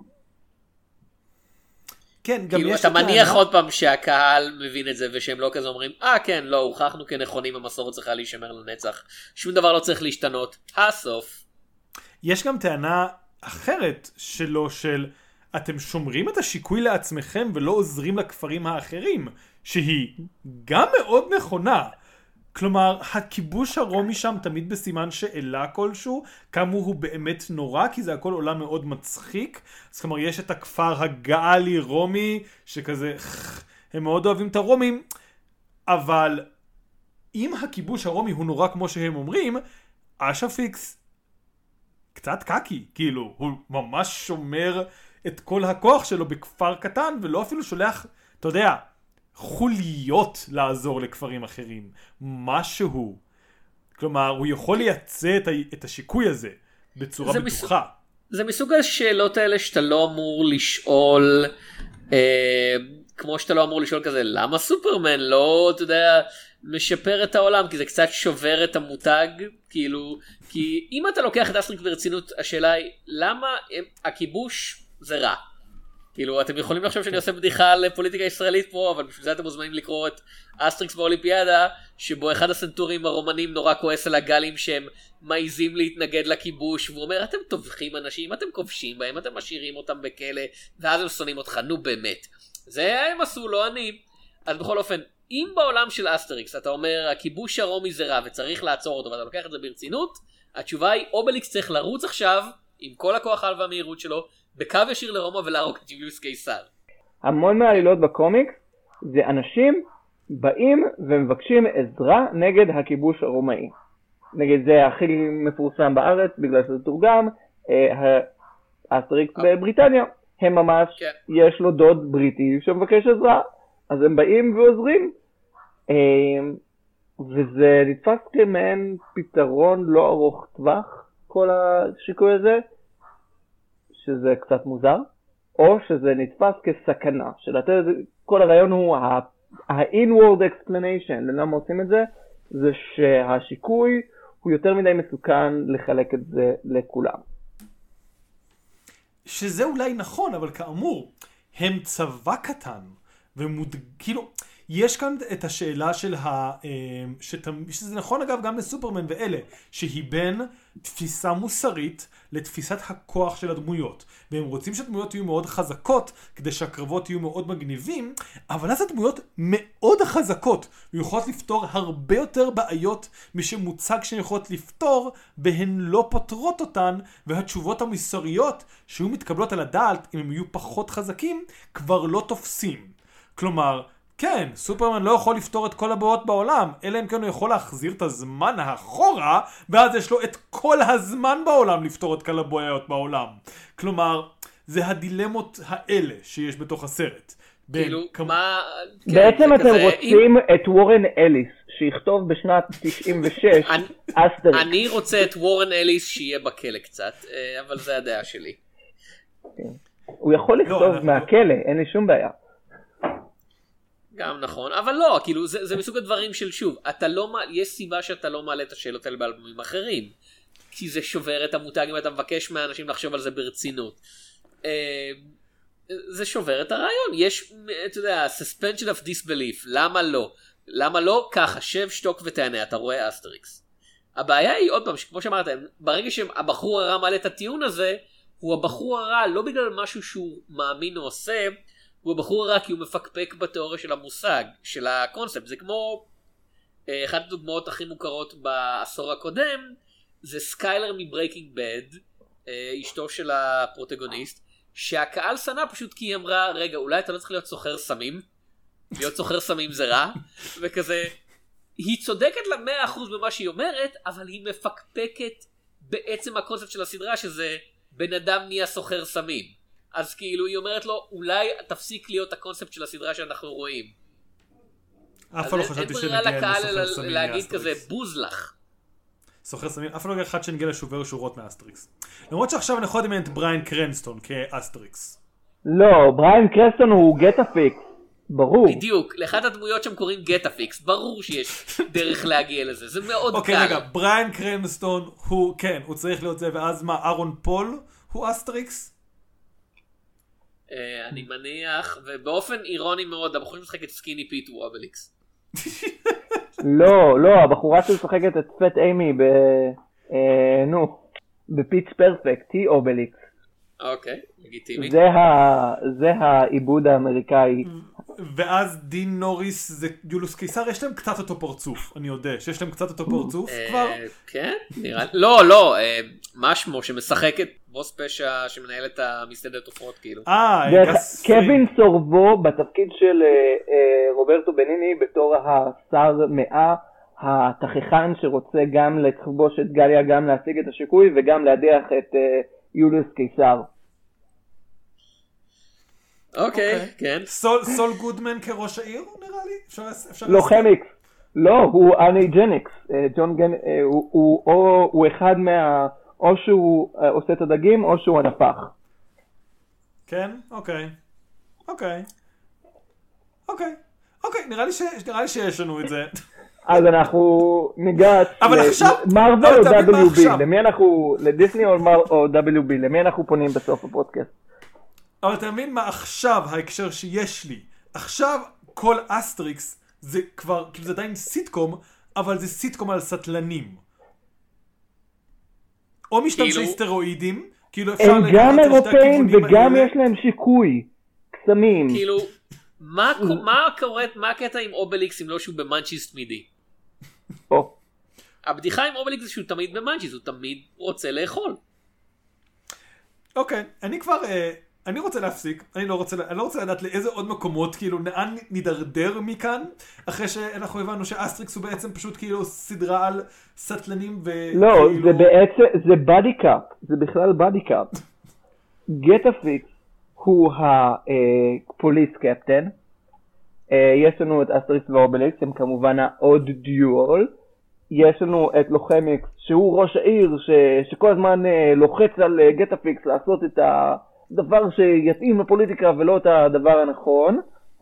Speaker 1: כן, גם
Speaker 2: כאילו אתה מניח עוד פעם שהקהל מבין את זה ושהם לא כזה אומרים כן לא הוכחנו כנכונים, המסורת צריכה להישמר לנצח, שום דבר לא צריך להשתנות, הסוף.
Speaker 1: יש גם טענה אחרת שלו של אתם שומרים את השיקוי לעצמכם ולא עוזרים לכפרים האחרים, שהיא גם מאוד נכונה. כלומר, הכיבוש הרומי שם תמיד בסימן שאלה כלשהו, כמה הוא באמת נורא, כי זה הכל עולם מאוד מצחיק. אז כלומר, יש את הכפר הגאלי רומי, שכזה, הם מאוד אוהבים את הרומים, אבל אם הכיבוש הרומי הוא נורא כמו שהם אומרים, אשפיקס קצת קקי, כאילו, הוא ממש שומר את כל הכוח שלו בכפר קטן, ולא אפילו שולח, אתה יודע, חוליות לעזור לכפרים אחרים, משהו. כלומר, הוא יכול לייצא את השיקוי הזה בצורה בטוחה.
Speaker 2: זה מסוג השאלות האלה שאתה לא אמור לשאול, כמו שאתה לא אמור לשאול כזה, למה סופרמן לא, אתה יודע, משפר את העולם, כי זה קצת שובר את המותג, כאילו, כי אם אתה לוקח את אסטריקס ברצינות, השאלה היא, למה הכיבוש זה רע? כאילו, אתם יכולים לחשוב שאני עושה בדיחה על פוליטיקה ישראלית פה, אבל בשביל זה אתם מוזמנים לקרוא את אסטריקס באולימפיאדה, שבו אחד הסנטורים הרומנים נורא כועס על הגלים שהם מעיזים להתנגד לכיבוש, והוא אומר, אתם טובחים אנשים, אתם כובשים בהם, אתם משאירים אותם בכלא, ואז הם שונאים אותך, נו באמת. זה הם עשו, לא אני. אז בכל אופן, אם בעולם של אסטריקס אתה אומר, הכיבוש הרומי זה רע וצריך לעצור אותו, ואתה לוקח את זה ברצינות, התשובה היא, אובליקס צריך לרוץ עכשיו, עם כל הכוח העל והמהירות שלו, בקו ישיר לרומא ולהרוג את יוליוס קיסר.
Speaker 3: המון מהעלילות בקומיקס זה אנשים באים ומבקשים עזרה נגד הכיבוש הרומאי. נגד זה הכי מפורסם בארץ בגלל שזה תורגם, אסטריקס בבריטניה. הם ממש, יש לו דוד בריטי שמבקש עזרה, אז הם באים ועוזרים. וזה נתפס כמעין פתרון לא ארוך טווח, כל השיקוי הזה. שזה קצת מוזר, או שזה נתפס כסכנה, כל הרעיון הוא ה-inward explanation, למה עושים את זה, זה שהשיקוי הוא יותר מדי מסוכן לחלק את זה לכולם.
Speaker 1: שזה אולי נכון, אבל כאמור, הם צבא קטן, כאילו, יש כאן את השאלה של שזה נכון אגב גם לסופרמן ואלה, שהיא בין תפיסה מוסרית לתפיסת הכוח של הדמויות. והם רוצים שהדמויות יהיו מאוד חזקות, כדי שהקרבות יהיו מאוד מגניבים, אבל אז הדמויות מאוד חזקות, ויכולות לפתור הרבה יותר בעיות משמוצג שהן יכולות לפתור, והן לא פותרות אותן, והתשובות המוסריות שהיו מתקבלות על הדעת, אם הם יהיו פחות חזקים, כבר לא תופסים. כלומר, כן, סופרמן לא יכול לפתור את כל הבעיות בעולם, אלא אם כן הוא יכול להחזיר את הזמן האחורה, ואז יש לו את כל הזמן בעולם לפתור את כל הבעיות בעולם. כלומר, זה הדילמות האלה שיש בתוך הסרט.
Speaker 2: כאילו, מה...
Speaker 3: בעצם אתם רוצים את וורן אליס, שיכתוב בשנת 96 אסטריקס.
Speaker 2: אני רוצה את וורן אליס שיהיה בכלא קצת, אבל זה הדעה שלי.
Speaker 3: הוא יכול לכתוב מהכלא, אין לי שום בעיה.
Speaker 2: גם נכון, אבל לא, כאילו זה מסוג הדברים של שוב, יש סיבה שאתה לא מעלה את השאלות האלה באלבומים אחרים, כי זה שובר את המותג אם אתה מבקש מהאנשים לחשוב על זה ברצינות. זה שובר את הרעיון, יש, אתה יודע, suspension of disbelief, למה לא? למה לא? ככה, שב, שתוק ותענה, אתה רואה אסטריקס. הבעיה היא, עוד פעם, כמו שאמרת, ברגע שהבחור הרע מעלה את הטיעון הזה, הוא הבחור הרע לא בגלל משהו שהוא מאמין או עושה, הוא הבחור הרע כי הוא מפקפק בתיאוריה של המושג, של הקונספט. זה כמו, אחת הדוגמאות הכי מוכרות בעשור הקודם, זה סקיילר מברייקינג בד, אשתו של הפרוטגוניסט, שהקהל שנא פשוט כי היא אמרה, רגע, אולי אתה לא צריך להיות סוחר סמים, להיות סוחר סמים זה רע, וכזה, היא צודקת ל100% במה שהיא אומרת, אבל היא מפקפקת בעצם הקונספט של הסדרה, שזה בן אדם נהיה סוחר סמים. אז כאילו היא אומרת לו, אולי תפסיק להיות הקונספט של הסדרה שאנחנו רואים.
Speaker 1: אף פעם לא חשבתי שנגיע לסוחר סמים
Speaker 2: להגיד כזה, בוז לך.
Speaker 1: סוחר סמים, אף פעם לא אחד שנגיע לשובר שורות מאסטריקס. למרות שעכשיו אני יכול לדמיין את בריין קרנסטון כאסטריקס.
Speaker 3: לא, בריין קרנסטון הוא גטאפיקס, ברור.
Speaker 2: בדיוק, לאחת הדמויות שם קוראים גטאפיקס, ברור שיש דרך להגיע לזה, זה מאוד קל.
Speaker 1: אוקיי, רגע, בריין קרנסטון הוא, כן, הוא צריך להיות זה, ואז מה, ארון פול הוא אסטריקס?
Speaker 2: אני מניח, ובאופן אירוני מאוד, הבחורים משחק את סקיני פיט הוא אובליקס.
Speaker 3: לא, הבחורה שמשחקת את פט אימי בפיץ' פרפקט, היא אובליקס.
Speaker 2: אוקיי, לגיטימי.
Speaker 3: זה העיבוד האמריקאי.
Speaker 1: ואז דין נוריס זה יולוס קיסר, יש להם קצת אותו פרצוף, אני יודע שיש להם קצת אותו פרצוף כבר.
Speaker 2: כן, נראה לי. לא, מה שמו שמשחקת בוס פשע שמנהל את המסעדת עופות כאילו.
Speaker 3: קווין סורבו בתפקיד של רוברטו בניני בתור השר מאה, התככן שרוצה גם לכבוש את גליה, גם להשיג את השיקוי וגם להדיח את יוליוס קיסר.
Speaker 2: אוקיי, כן.
Speaker 1: סול גודמן כראש העיר, נראה לי?
Speaker 3: לא חמיקס. לא, הוא ארני ג'ניקס. הוא אחד או שהוא עושה את הדגים, או שהוא הנפח.
Speaker 1: כן? אוקיי, נראה לי שיש לנו את זה.
Speaker 3: אז אנחנו ניגש למרוול או WB. למי אנחנו, לדיסני או WB? למי אנחנו פונים בסוף הפודקאסט?
Speaker 1: אבל אתה מבין מה עכשיו ההקשר שיש לי? עכשיו כל אסטריקס זה כבר, כאילו זה עדיין סיטקום, אבל זה סיטקום על סטלנים. או משתמשי סטרואידים, כאילו אפשר
Speaker 3: הם גם אירופאים וגם יש להם שיקוי, קסמים.
Speaker 2: כאילו, מה הקטע עם אובליקס אם לא שהוא במנצ'יסט תמידי? הבדיחה עם אובליקס זה שהוא תמיד במנצ'יסט, הוא תמיד רוצה לאכול.
Speaker 1: אוקיי, אני רוצה להפסיק, אני לא רוצה לדעת לאיזה עוד מקומות, כאילו, לאן נדרדר מכאן, אחרי שאנחנו הבנו שאסטריקס הוא בעצם פשוט כאילו סדרה על סטלנים
Speaker 3: לא, זה בעצם, זה בדי קאפ, זה בכלל בדי קאפ. גטאפיקס הוא הפוליס קפטן, יש לנו את אסטריקס ואובליקס, הם כמובן העוד דיואל, יש לנו את לוחמיקס, שהוא ראש העיר, שכל הזמן לוחץ על גטאפיקס לעשות את דבר שיתאים לפוליטיקה ולא את הדבר הנכון.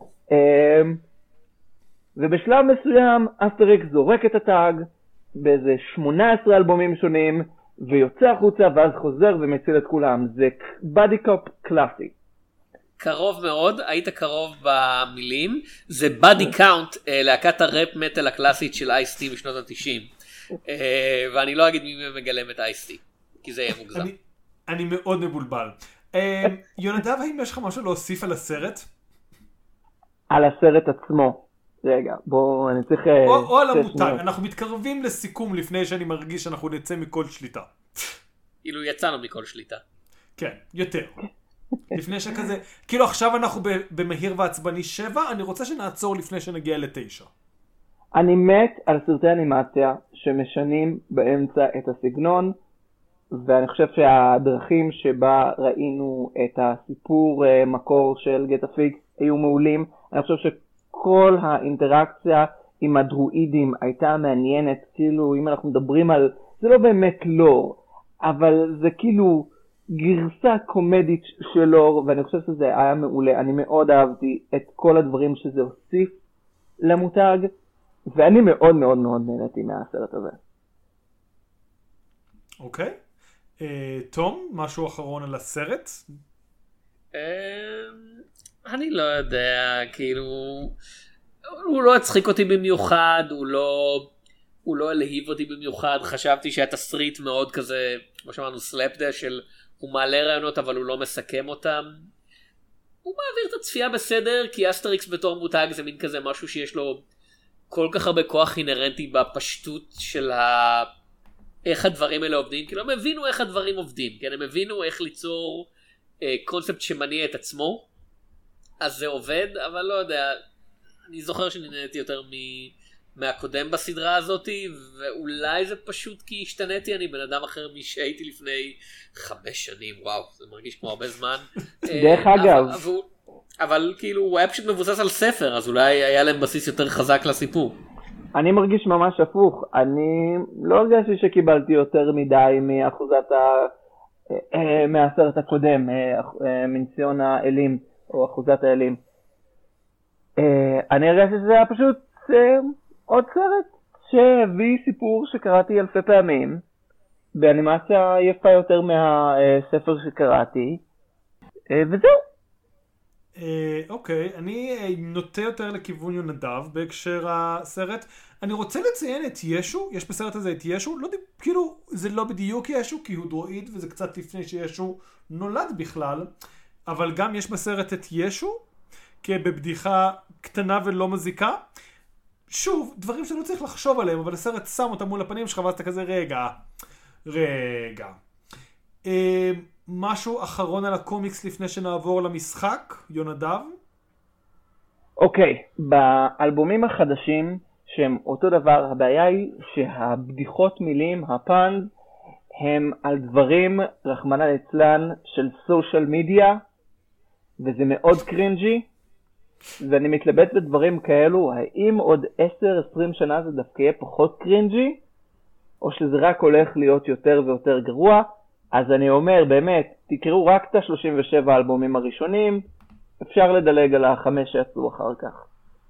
Speaker 3: ובשלב מסוים אסטריקס זורק את הטאג באיזה 18 אלבומים שונים ויוצא החוצה ואז חוזר ומציל את כולם. זה בדי קופ קלאסי.
Speaker 2: קרוב מאוד, היית קרוב במילים. זה בדי קאונט, להקת הראפ מטל הקלאסית של אייס-טי משנות ה-90. ואני לא אגיד מי מגלם את אייס-טי, כי זה יהיה מוגזם.
Speaker 1: אני מאוד מבולבל. יונדב, האם יש לך משהו להוסיף על הסרט?
Speaker 3: על הסרט עצמו. רגע, בוא, אני צריך...
Speaker 1: או על המותג. אנחנו מתקרבים לסיכום לפני שאני מרגיש שאנחנו נצא מכל שליטה.
Speaker 2: אילו יצאנו מכל שליטה.
Speaker 1: כן, יותר. לפני שכזה... כאילו עכשיו אנחנו במהיר ועצבני 7, אני רוצה שנעצור לפני שנגיע ל9.
Speaker 3: אני מת על סרטי אנימציה שמשנים באמצע את הסגנון, ואני חושב שהדרכים שבה ראינו את הסיפור מקור של גטאפיקס היו מעולים. אני חושב שכל האינטראקציה עם הדרואידים הייתה מעניינת, כאילו אם אנחנו מדברים על, זה לא באמת לור, אבל זה כאילו גרסה קומדית של לור, ואני חושב שזה היה מעולה. אני מאוד אהבתי את כל הדברים שזה הוסיף למותג, ואני מאוד מאוד מאוד נהניתי מהסרט הזה.
Speaker 1: אוקיי. תום, משהו אחרון על הסרט?
Speaker 2: אני לא יודע, כאילו... הוא לא הצחיק אותי במיוחד, הוא לא הלהיב אותי במיוחד, חשבתי שהתסריט מאוד כזה, כמו שאמרנו, סלאפדש של הוא מעלה רעיונות אבל הוא לא מסכם אותם. הוא מעביר את הצפייה בסדר, כי אסטריקס בתור מותג זה מין כזה משהו שיש לו כל כך הרבה כוח אינרנטי בפשטות של איך הדברים האלה עובדים, כאילו הם הבינו איך הדברים עובדים, כן? הם הבינו איך ליצור קונספט שמניע את עצמו, אז זה עובד, אבל לא יודע, אני זוכר שנהניתי יותר מהקודם בסדרה הזאת, ואולי זה פשוט כי השתניתי, אני בן אדם אחר משהייתי לפני 5 שנים, וואו, זה מרגיש כמו הרבה זמן.
Speaker 3: דרך אגב.
Speaker 2: אבל כאילו הוא היה פשוט מבוסס על ספר, אז אולי היה להם בסיס יותר חזק לסיפור.
Speaker 3: אני מרגיש ממש הפוך, אני לא הרגשתי שקיבלתי יותר מדי מהסרט הקודם, מנציון האלים, או אחוזת האלים. אני הרגשתי שזה היה פשוט עוד סרט שהביא סיפור שקראתי אלפי פעמים, באנימציה יפה יותר מהספר שקראתי, וזהו.
Speaker 1: אוקיי, אני נוטה יותר לכיוון יונדב בהקשר הסרט. אני רוצה לציין את ישו, יש בסרט הזה את ישו, לא, כאילו זה לא בדיוק ישו כי הוא דרואיד וזה קצת לפני שישו נולד בכלל, אבל גם יש בסרט את ישו כבבדיחה קטנה ולא מזיקה. שוב, דברים שלא צריך לחשוב עליהם, אבל הסרט שם אותם מול הפנים שלך ואז אתה כזה רגע. משהו אחרון על הקומיקס לפני שנעבור למשחק, יונדב?
Speaker 3: אוקיי, באלבומים החדשים שהם אותו דבר, הבעיה היא שהבדיחות מילים, הפאנז, הם על דברים, רחמנא ליצלן, של סושיאל מדיה, וזה מאוד קרינג'י, ואני מתלבט בדברים כאלו, האם עוד 10-20 שנה זה דווקא יהיה פחות קרינג'י, או שזה רק הולך להיות יותר ויותר גרוע. אז אני אומר, באמת, תקראו רק את ה-37 האלבומים הראשונים, אפשר לדלג על ה5 שיצאו אחר כך.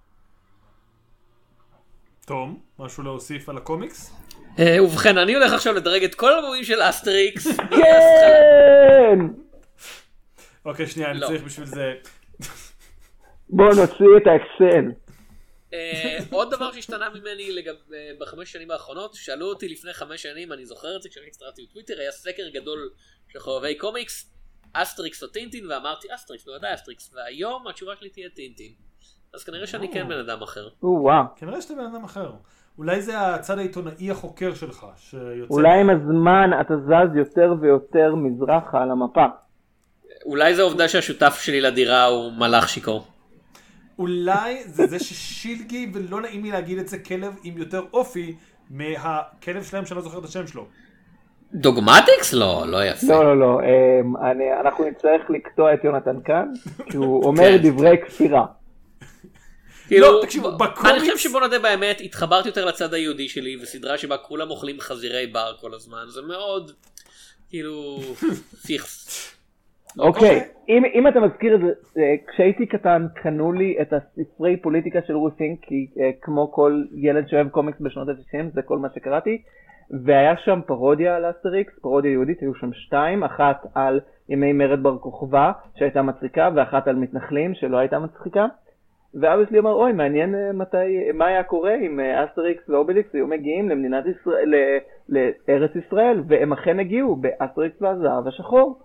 Speaker 1: תום, משהו להוסיף על הקומיקס?
Speaker 2: ובכן, אני הולך עכשיו לדרג את כל האלבומים של אסטריקס.
Speaker 3: כן!
Speaker 1: אוקיי, שנייה, אני צריך בשביל זה.
Speaker 3: בואו נוציא את האקסל.
Speaker 2: עוד דבר שהשתנה ממני ב5 שנים האחרונות, שאלו אותי לפני 5 שנים, אני זוכר את זה כשאני הצטרפתי בטוויטר, היה סקר גדול של חובבי קומיקס, אסטריקס או טינטין, ואמרתי אסטריקס, לא יודע אסטריקס, והיום התשובה שלי תהיה טינטין. אז כנראה שאני כן בן אדם אחר.
Speaker 3: וואו.
Speaker 1: כנראה שאתה בן אדם אחר. אולי זה הצד העיתונאי החוקר שלך שיוצא...
Speaker 3: אולי עם הזמן אתה זז יותר ויותר מזרחה על המפה.
Speaker 2: אולי זה העובדה שהשותף שלי לדירה הוא מלאך שיקור.
Speaker 1: אולי זה ששילגי, ולא נעים לי להגיד את זה, כלב עם יותר אופי מהכלב שלהם שאני לא זוכר את השם שלו.
Speaker 2: דוגמטיקס? לא יפה.
Speaker 3: לא. אנחנו נצטרך לקטוע את יונתן כאן, כי הוא אומר דברי כפירה.
Speaker 2: לא, תקשיבו, אני חושב שבוא נדע באמת, התחברתי יותר לצד היהודי שלי, וסדרה שבה כולם אוכלים חזירי בר כל הזמן, זה מאוד, כאילו, פיכס.
Speaker 3: אוקיי, אם אתה מזכיר את זה, כשהייתי קטן קנו לי את הספרי פוליטיקה של רוסינג, כי כמו כל ילד שאוהב קומיקס בשנות ה-90, זה כל מה שקראתי, והיה שם פרודיה על אסטריקס, פרודיה יהודית, היו שם 2, אחת על ימי מרד בר כוכבא, שהייתה מצחיקה, ואחת על מתנחלים, שלא הייתה מצחיקה, ואבא שלי אמר, אוי, מעניין מה היה קורה אם אסטריקס ואובליקס היו מגיעים למדינת ישראל, לארץ ישראל, והם אכן הגיעו באסטריקס והזהב השחור.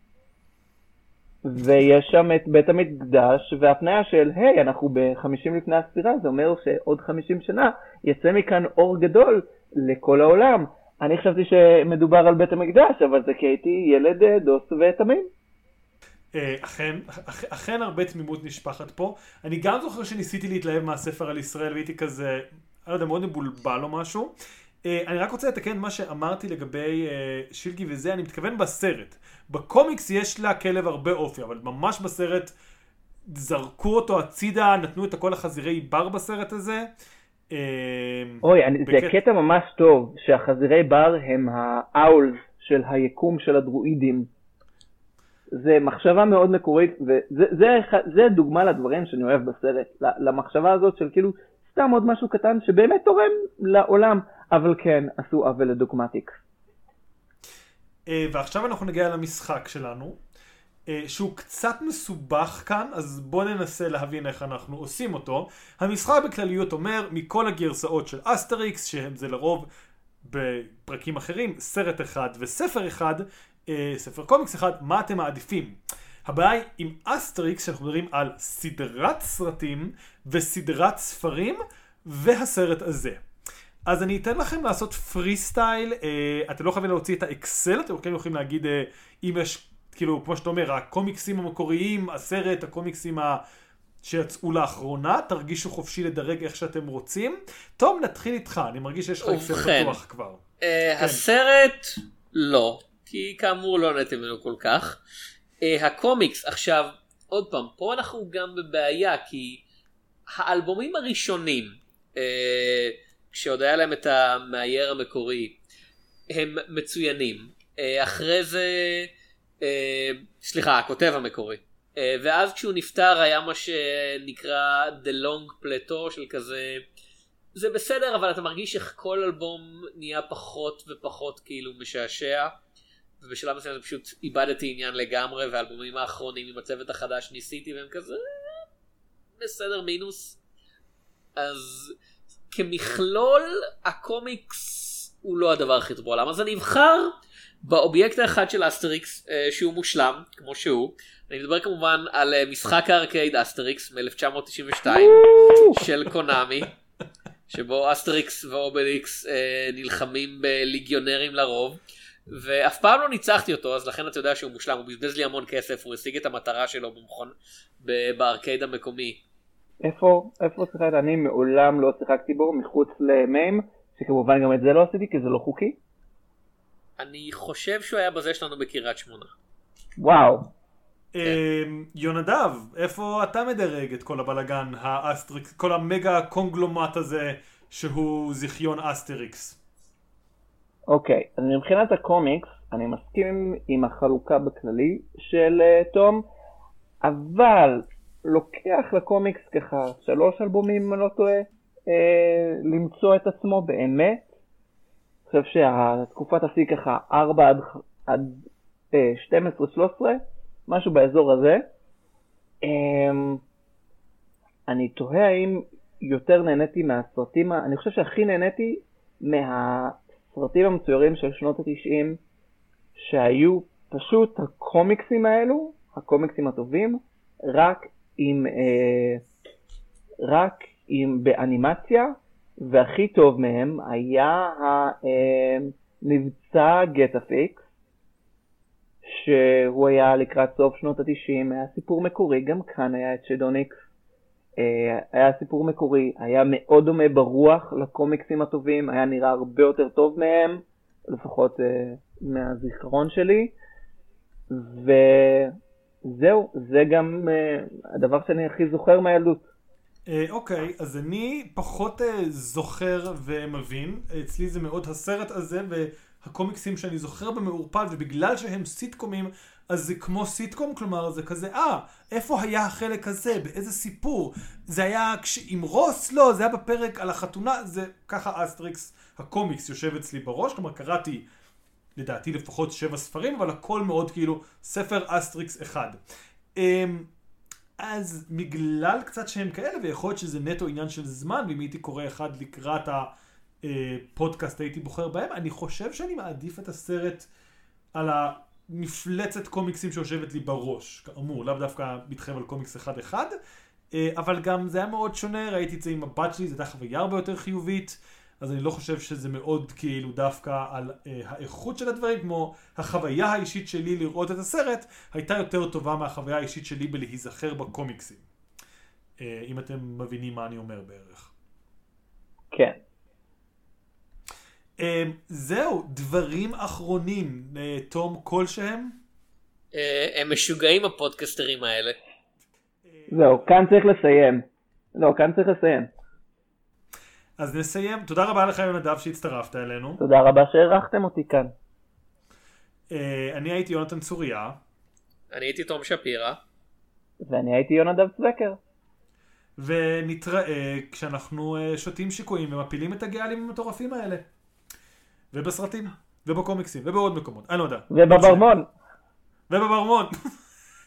Speaker 3: ויש שם את בית המקדש, והפניה של, היי, אנחנו ב-50 לפני הספירה, זה אומר שעוד 50 שנה יצא מכאן אור גדול לכל העולם. אני חשבתי שמדובר על בית המקדש, אבל זה כי הייתי ילד דוס ותמים.
Speaker 1: אכן הרבה תמימות נשפחת פה. אני גם זוכר שניסיתי להתלהב מהספר על ישראל, והייתי כזה, אני לא יודע, מאוד מבולבל או משהו. אני רק רוצה לתקן מה שאמרתי לגבי שילגי וזה, אני מתכוון בסרט. בקומיקס יש לה כלב הרבה אופי, אבל ממש בסרט זרקו אותו הצידה, נתנו את כל החזירי בר בסרט הזה.
Speaker 3: אוי, זה קטע ממש טוב, שהחזירי בר הם האולס של היקום של הדרואידים. זה מחשבה מאוד מקורית, וזה דוגמה לדברים שאני אוהב בסרט, למחשבה הזאת של כאילו סתם עוד משהו קטן שבאמת תורם לעולם, אבל כן, עשו עוול לדוגמטיקס.
Speaker 1: ועכשיו אנחנו נגיע למשחק שלנו. שהוא קצת מסובך כאן, אז בואו ננסה להבין איך אנחנו עושים אותו. המשחק בכלליות אומר, מכל הגרסאות של אסטריקס, שזה לרוב בפרקים אחרים, סרט אחד וספר אחד, ספר קומיקס אחד, מה אתם מעדיפים? הבעיה היא עם אסטריקס, שאנחנו מדברים על סדרת סרטים וסדרת ספרים, והסרט הזה. אז אני אתן לכם לעשות פרי סטייל, אתם לא חייבים להוציא את האקסל, אתם יכולים להגיד, אם יש, כאילו, כמו שאתה אומר, הקומיקסים המקוריים, הסרט, הקומיקסים שיצאו לאחרונה, תרגישו חופשי לדרג איך שאתם רוצים. טוב, נתחיל איתך, אני מרגיש שיש לך אקסל בטוח כבר.
Speaker 2: הסרט, לא, כי כאמור לא נהניתי ממנו כל כך. הקומיקס, עכשיו, עוד פעם, פה אנחנו גם בבעיה, כי האלבומים הראשונים, כשעוד היה להם את המאייר המקורי, הם מצוינים. אחרי זה, סליחה, הכותב המקורי. ואז כשהוא נפטר היה מה שנקרא The Long Plateau של כזה, זה בסדר, אבל אתה מרגיש איך כל אלבום נהיה פחות ופחות כאילו משעשע. ובשלב מסוים פשוט איבדתי עניין לגמרי, והאלבומים האחרונים עם הצוות החדש ניסיתי והם כזה בסדר מינוס. אז כמכלול הקומיקס הוא לא הדבר הכי טוב בעולם, אז אני אבחר באובייקט האחד של אסטריקס שהוא מושלם כמו שהוא. אני מדבר כמובן על משחק הארקייד אסטריקס מ-1992 של קונאמי, שבו אסטריקס ואובליקס נלחמים בליגיונרים לרוב, ואף פעם לא ניצחתי אותו, אז לכן אתה יודע שהוא מושלם, הוא בזבז לי המון כסף, הוא השיג את המטרה שלו במכון בארקייד המקומי.
Speaker 3: איפה שיחקת? אני מעולם לא שיחקתי בו מחוץ למיים, שכמובן גם את זה לא עשיתי כי זה לא חוקי.
Speaker 2: אני חושב שהוא היה בזה שלנו בקריית שמונה.
Speaker 3: וואו.
Speaker 1: יונדב, איפה אתה מדרג את כל הבלגן האסטריקס, כל המגה קונגלומט הזה שהוא זיכיון אסטריקס?
Speaker 3: אוקיי, אז מבחינת הקומיקס אני מסכים עם החלוקה בכללי של תום, אבל לוקח לקומיקס ככה 3 אלבומים אם אני לא טועה למצוא את עצמו באמת. אני חושב שהתקופה תפסיק ככה 4 עד 12-13, משהו באזור הזה. אני תוהה האם יותר נהניתי מהסרטים, אני חושב שהכי נהניתי מהסרטים המצוירים של שנות ה-90, שהיו פשוט הקומיקסים האלו, הקומיקסים הטובים, רק עם באנימציה, והכי טוב מהם היה המבצע גטאפיקס, שהוא היה לקראת סוף שנות ה-90, היה סיפור מקורי, גם כאן היה את שדוניקס, היה סיפור מקורי, היה מאוד דומה ברוח לקומיקסים הטובים, היה נראה הרבה יותר טוב מהם, לפחות מהזיכרון שלי, וזהו, זה גם הדבר שאני הכי זוכר מהילדות.
Speaker 1: אוקיי, אז אני פחות זוכר ומבין, אצלי זה מאוד הסרט הזה והקומיקסים שאני זוכר במעורפל, ובגלל שהם סיטקומים, אז זה כמו סיטקום, כלומר זה כזה, איפה היה החלק הזה, באיזה סיפור, זה היה עם רוס? לא, זה היה בפרק על החתונה, זה ככה אסטריקס, הקומיקס יושב אצלי בראש, כלומר קראתי לדעתי לפחות 7 ספרים, אבל הכל מאוד כאילו ספר אסטריקס אחד. אז בגלל קצת שהם כאלה, ויכול להיות שזה נטו עניין של זמן, ואם הייתי קורא אחד לקראת הפודקאסט הייתי בוחר בהם, אני חושב שאני מעדיף את הסרט על המפלצת קומיקסים שיושבת לי בראש, כאמור, לאו דווקא מתחייב על קומיקס אחד, אבל גם זה היה מאוד שונה, ראיתי את זה עם הבת שלי, זה הייתה חוויה הרבה יותר חיובית, אז אני לא חושב שזה מאוד כאילו דווקא על האיכות של הדברים, כמו החוויה האישית שלי לראות את הסרט, הייתה יותר טובה מהחוויה האישית שלי בלהיזכר בקומיקסים. אם אתם מבינים מה אני אומר בערך.
Speaker 3: כן.
Speaker 1: זהו, דברים אחרונים, תום כלשהם?
Speaker 2: הם משוגעים הפודקסטרים האלה.
Speaker 3: זהו, כאן צריך לסיים.
Speaker 1: אז נסיים. תודה רבה לך יונדב שהצטרפת אלינו.
Speaker 3: תודה רבה שהערכתם אותי כאן.
Speaker 1: אני הייתי יונתן צוריה.
Speaker 2: אני הייתי תום שפירא.
Speaker 3: ואני הייתי יונדב צווקר.
Speaker 1: ונתראה כשאנחנו שותים שיקויים ומפילים את הגאלים המטורפים האלה. ובסרטים, ובקומיקסים, ובעוד מקומות. אני לא יודע.
Speaker 3: ובברמון.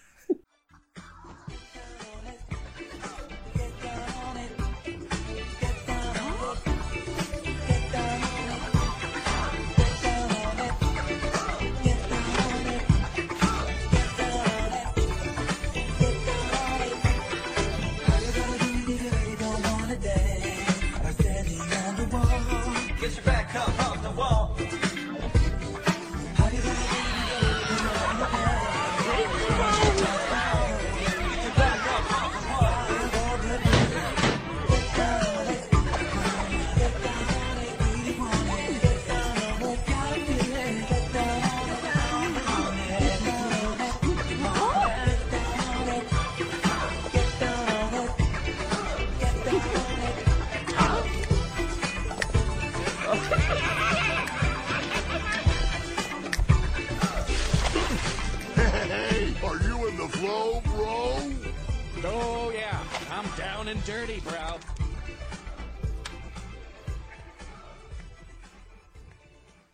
Speaker 4: Slow, bro? Oh, yeah. I'm down and dirty, bro.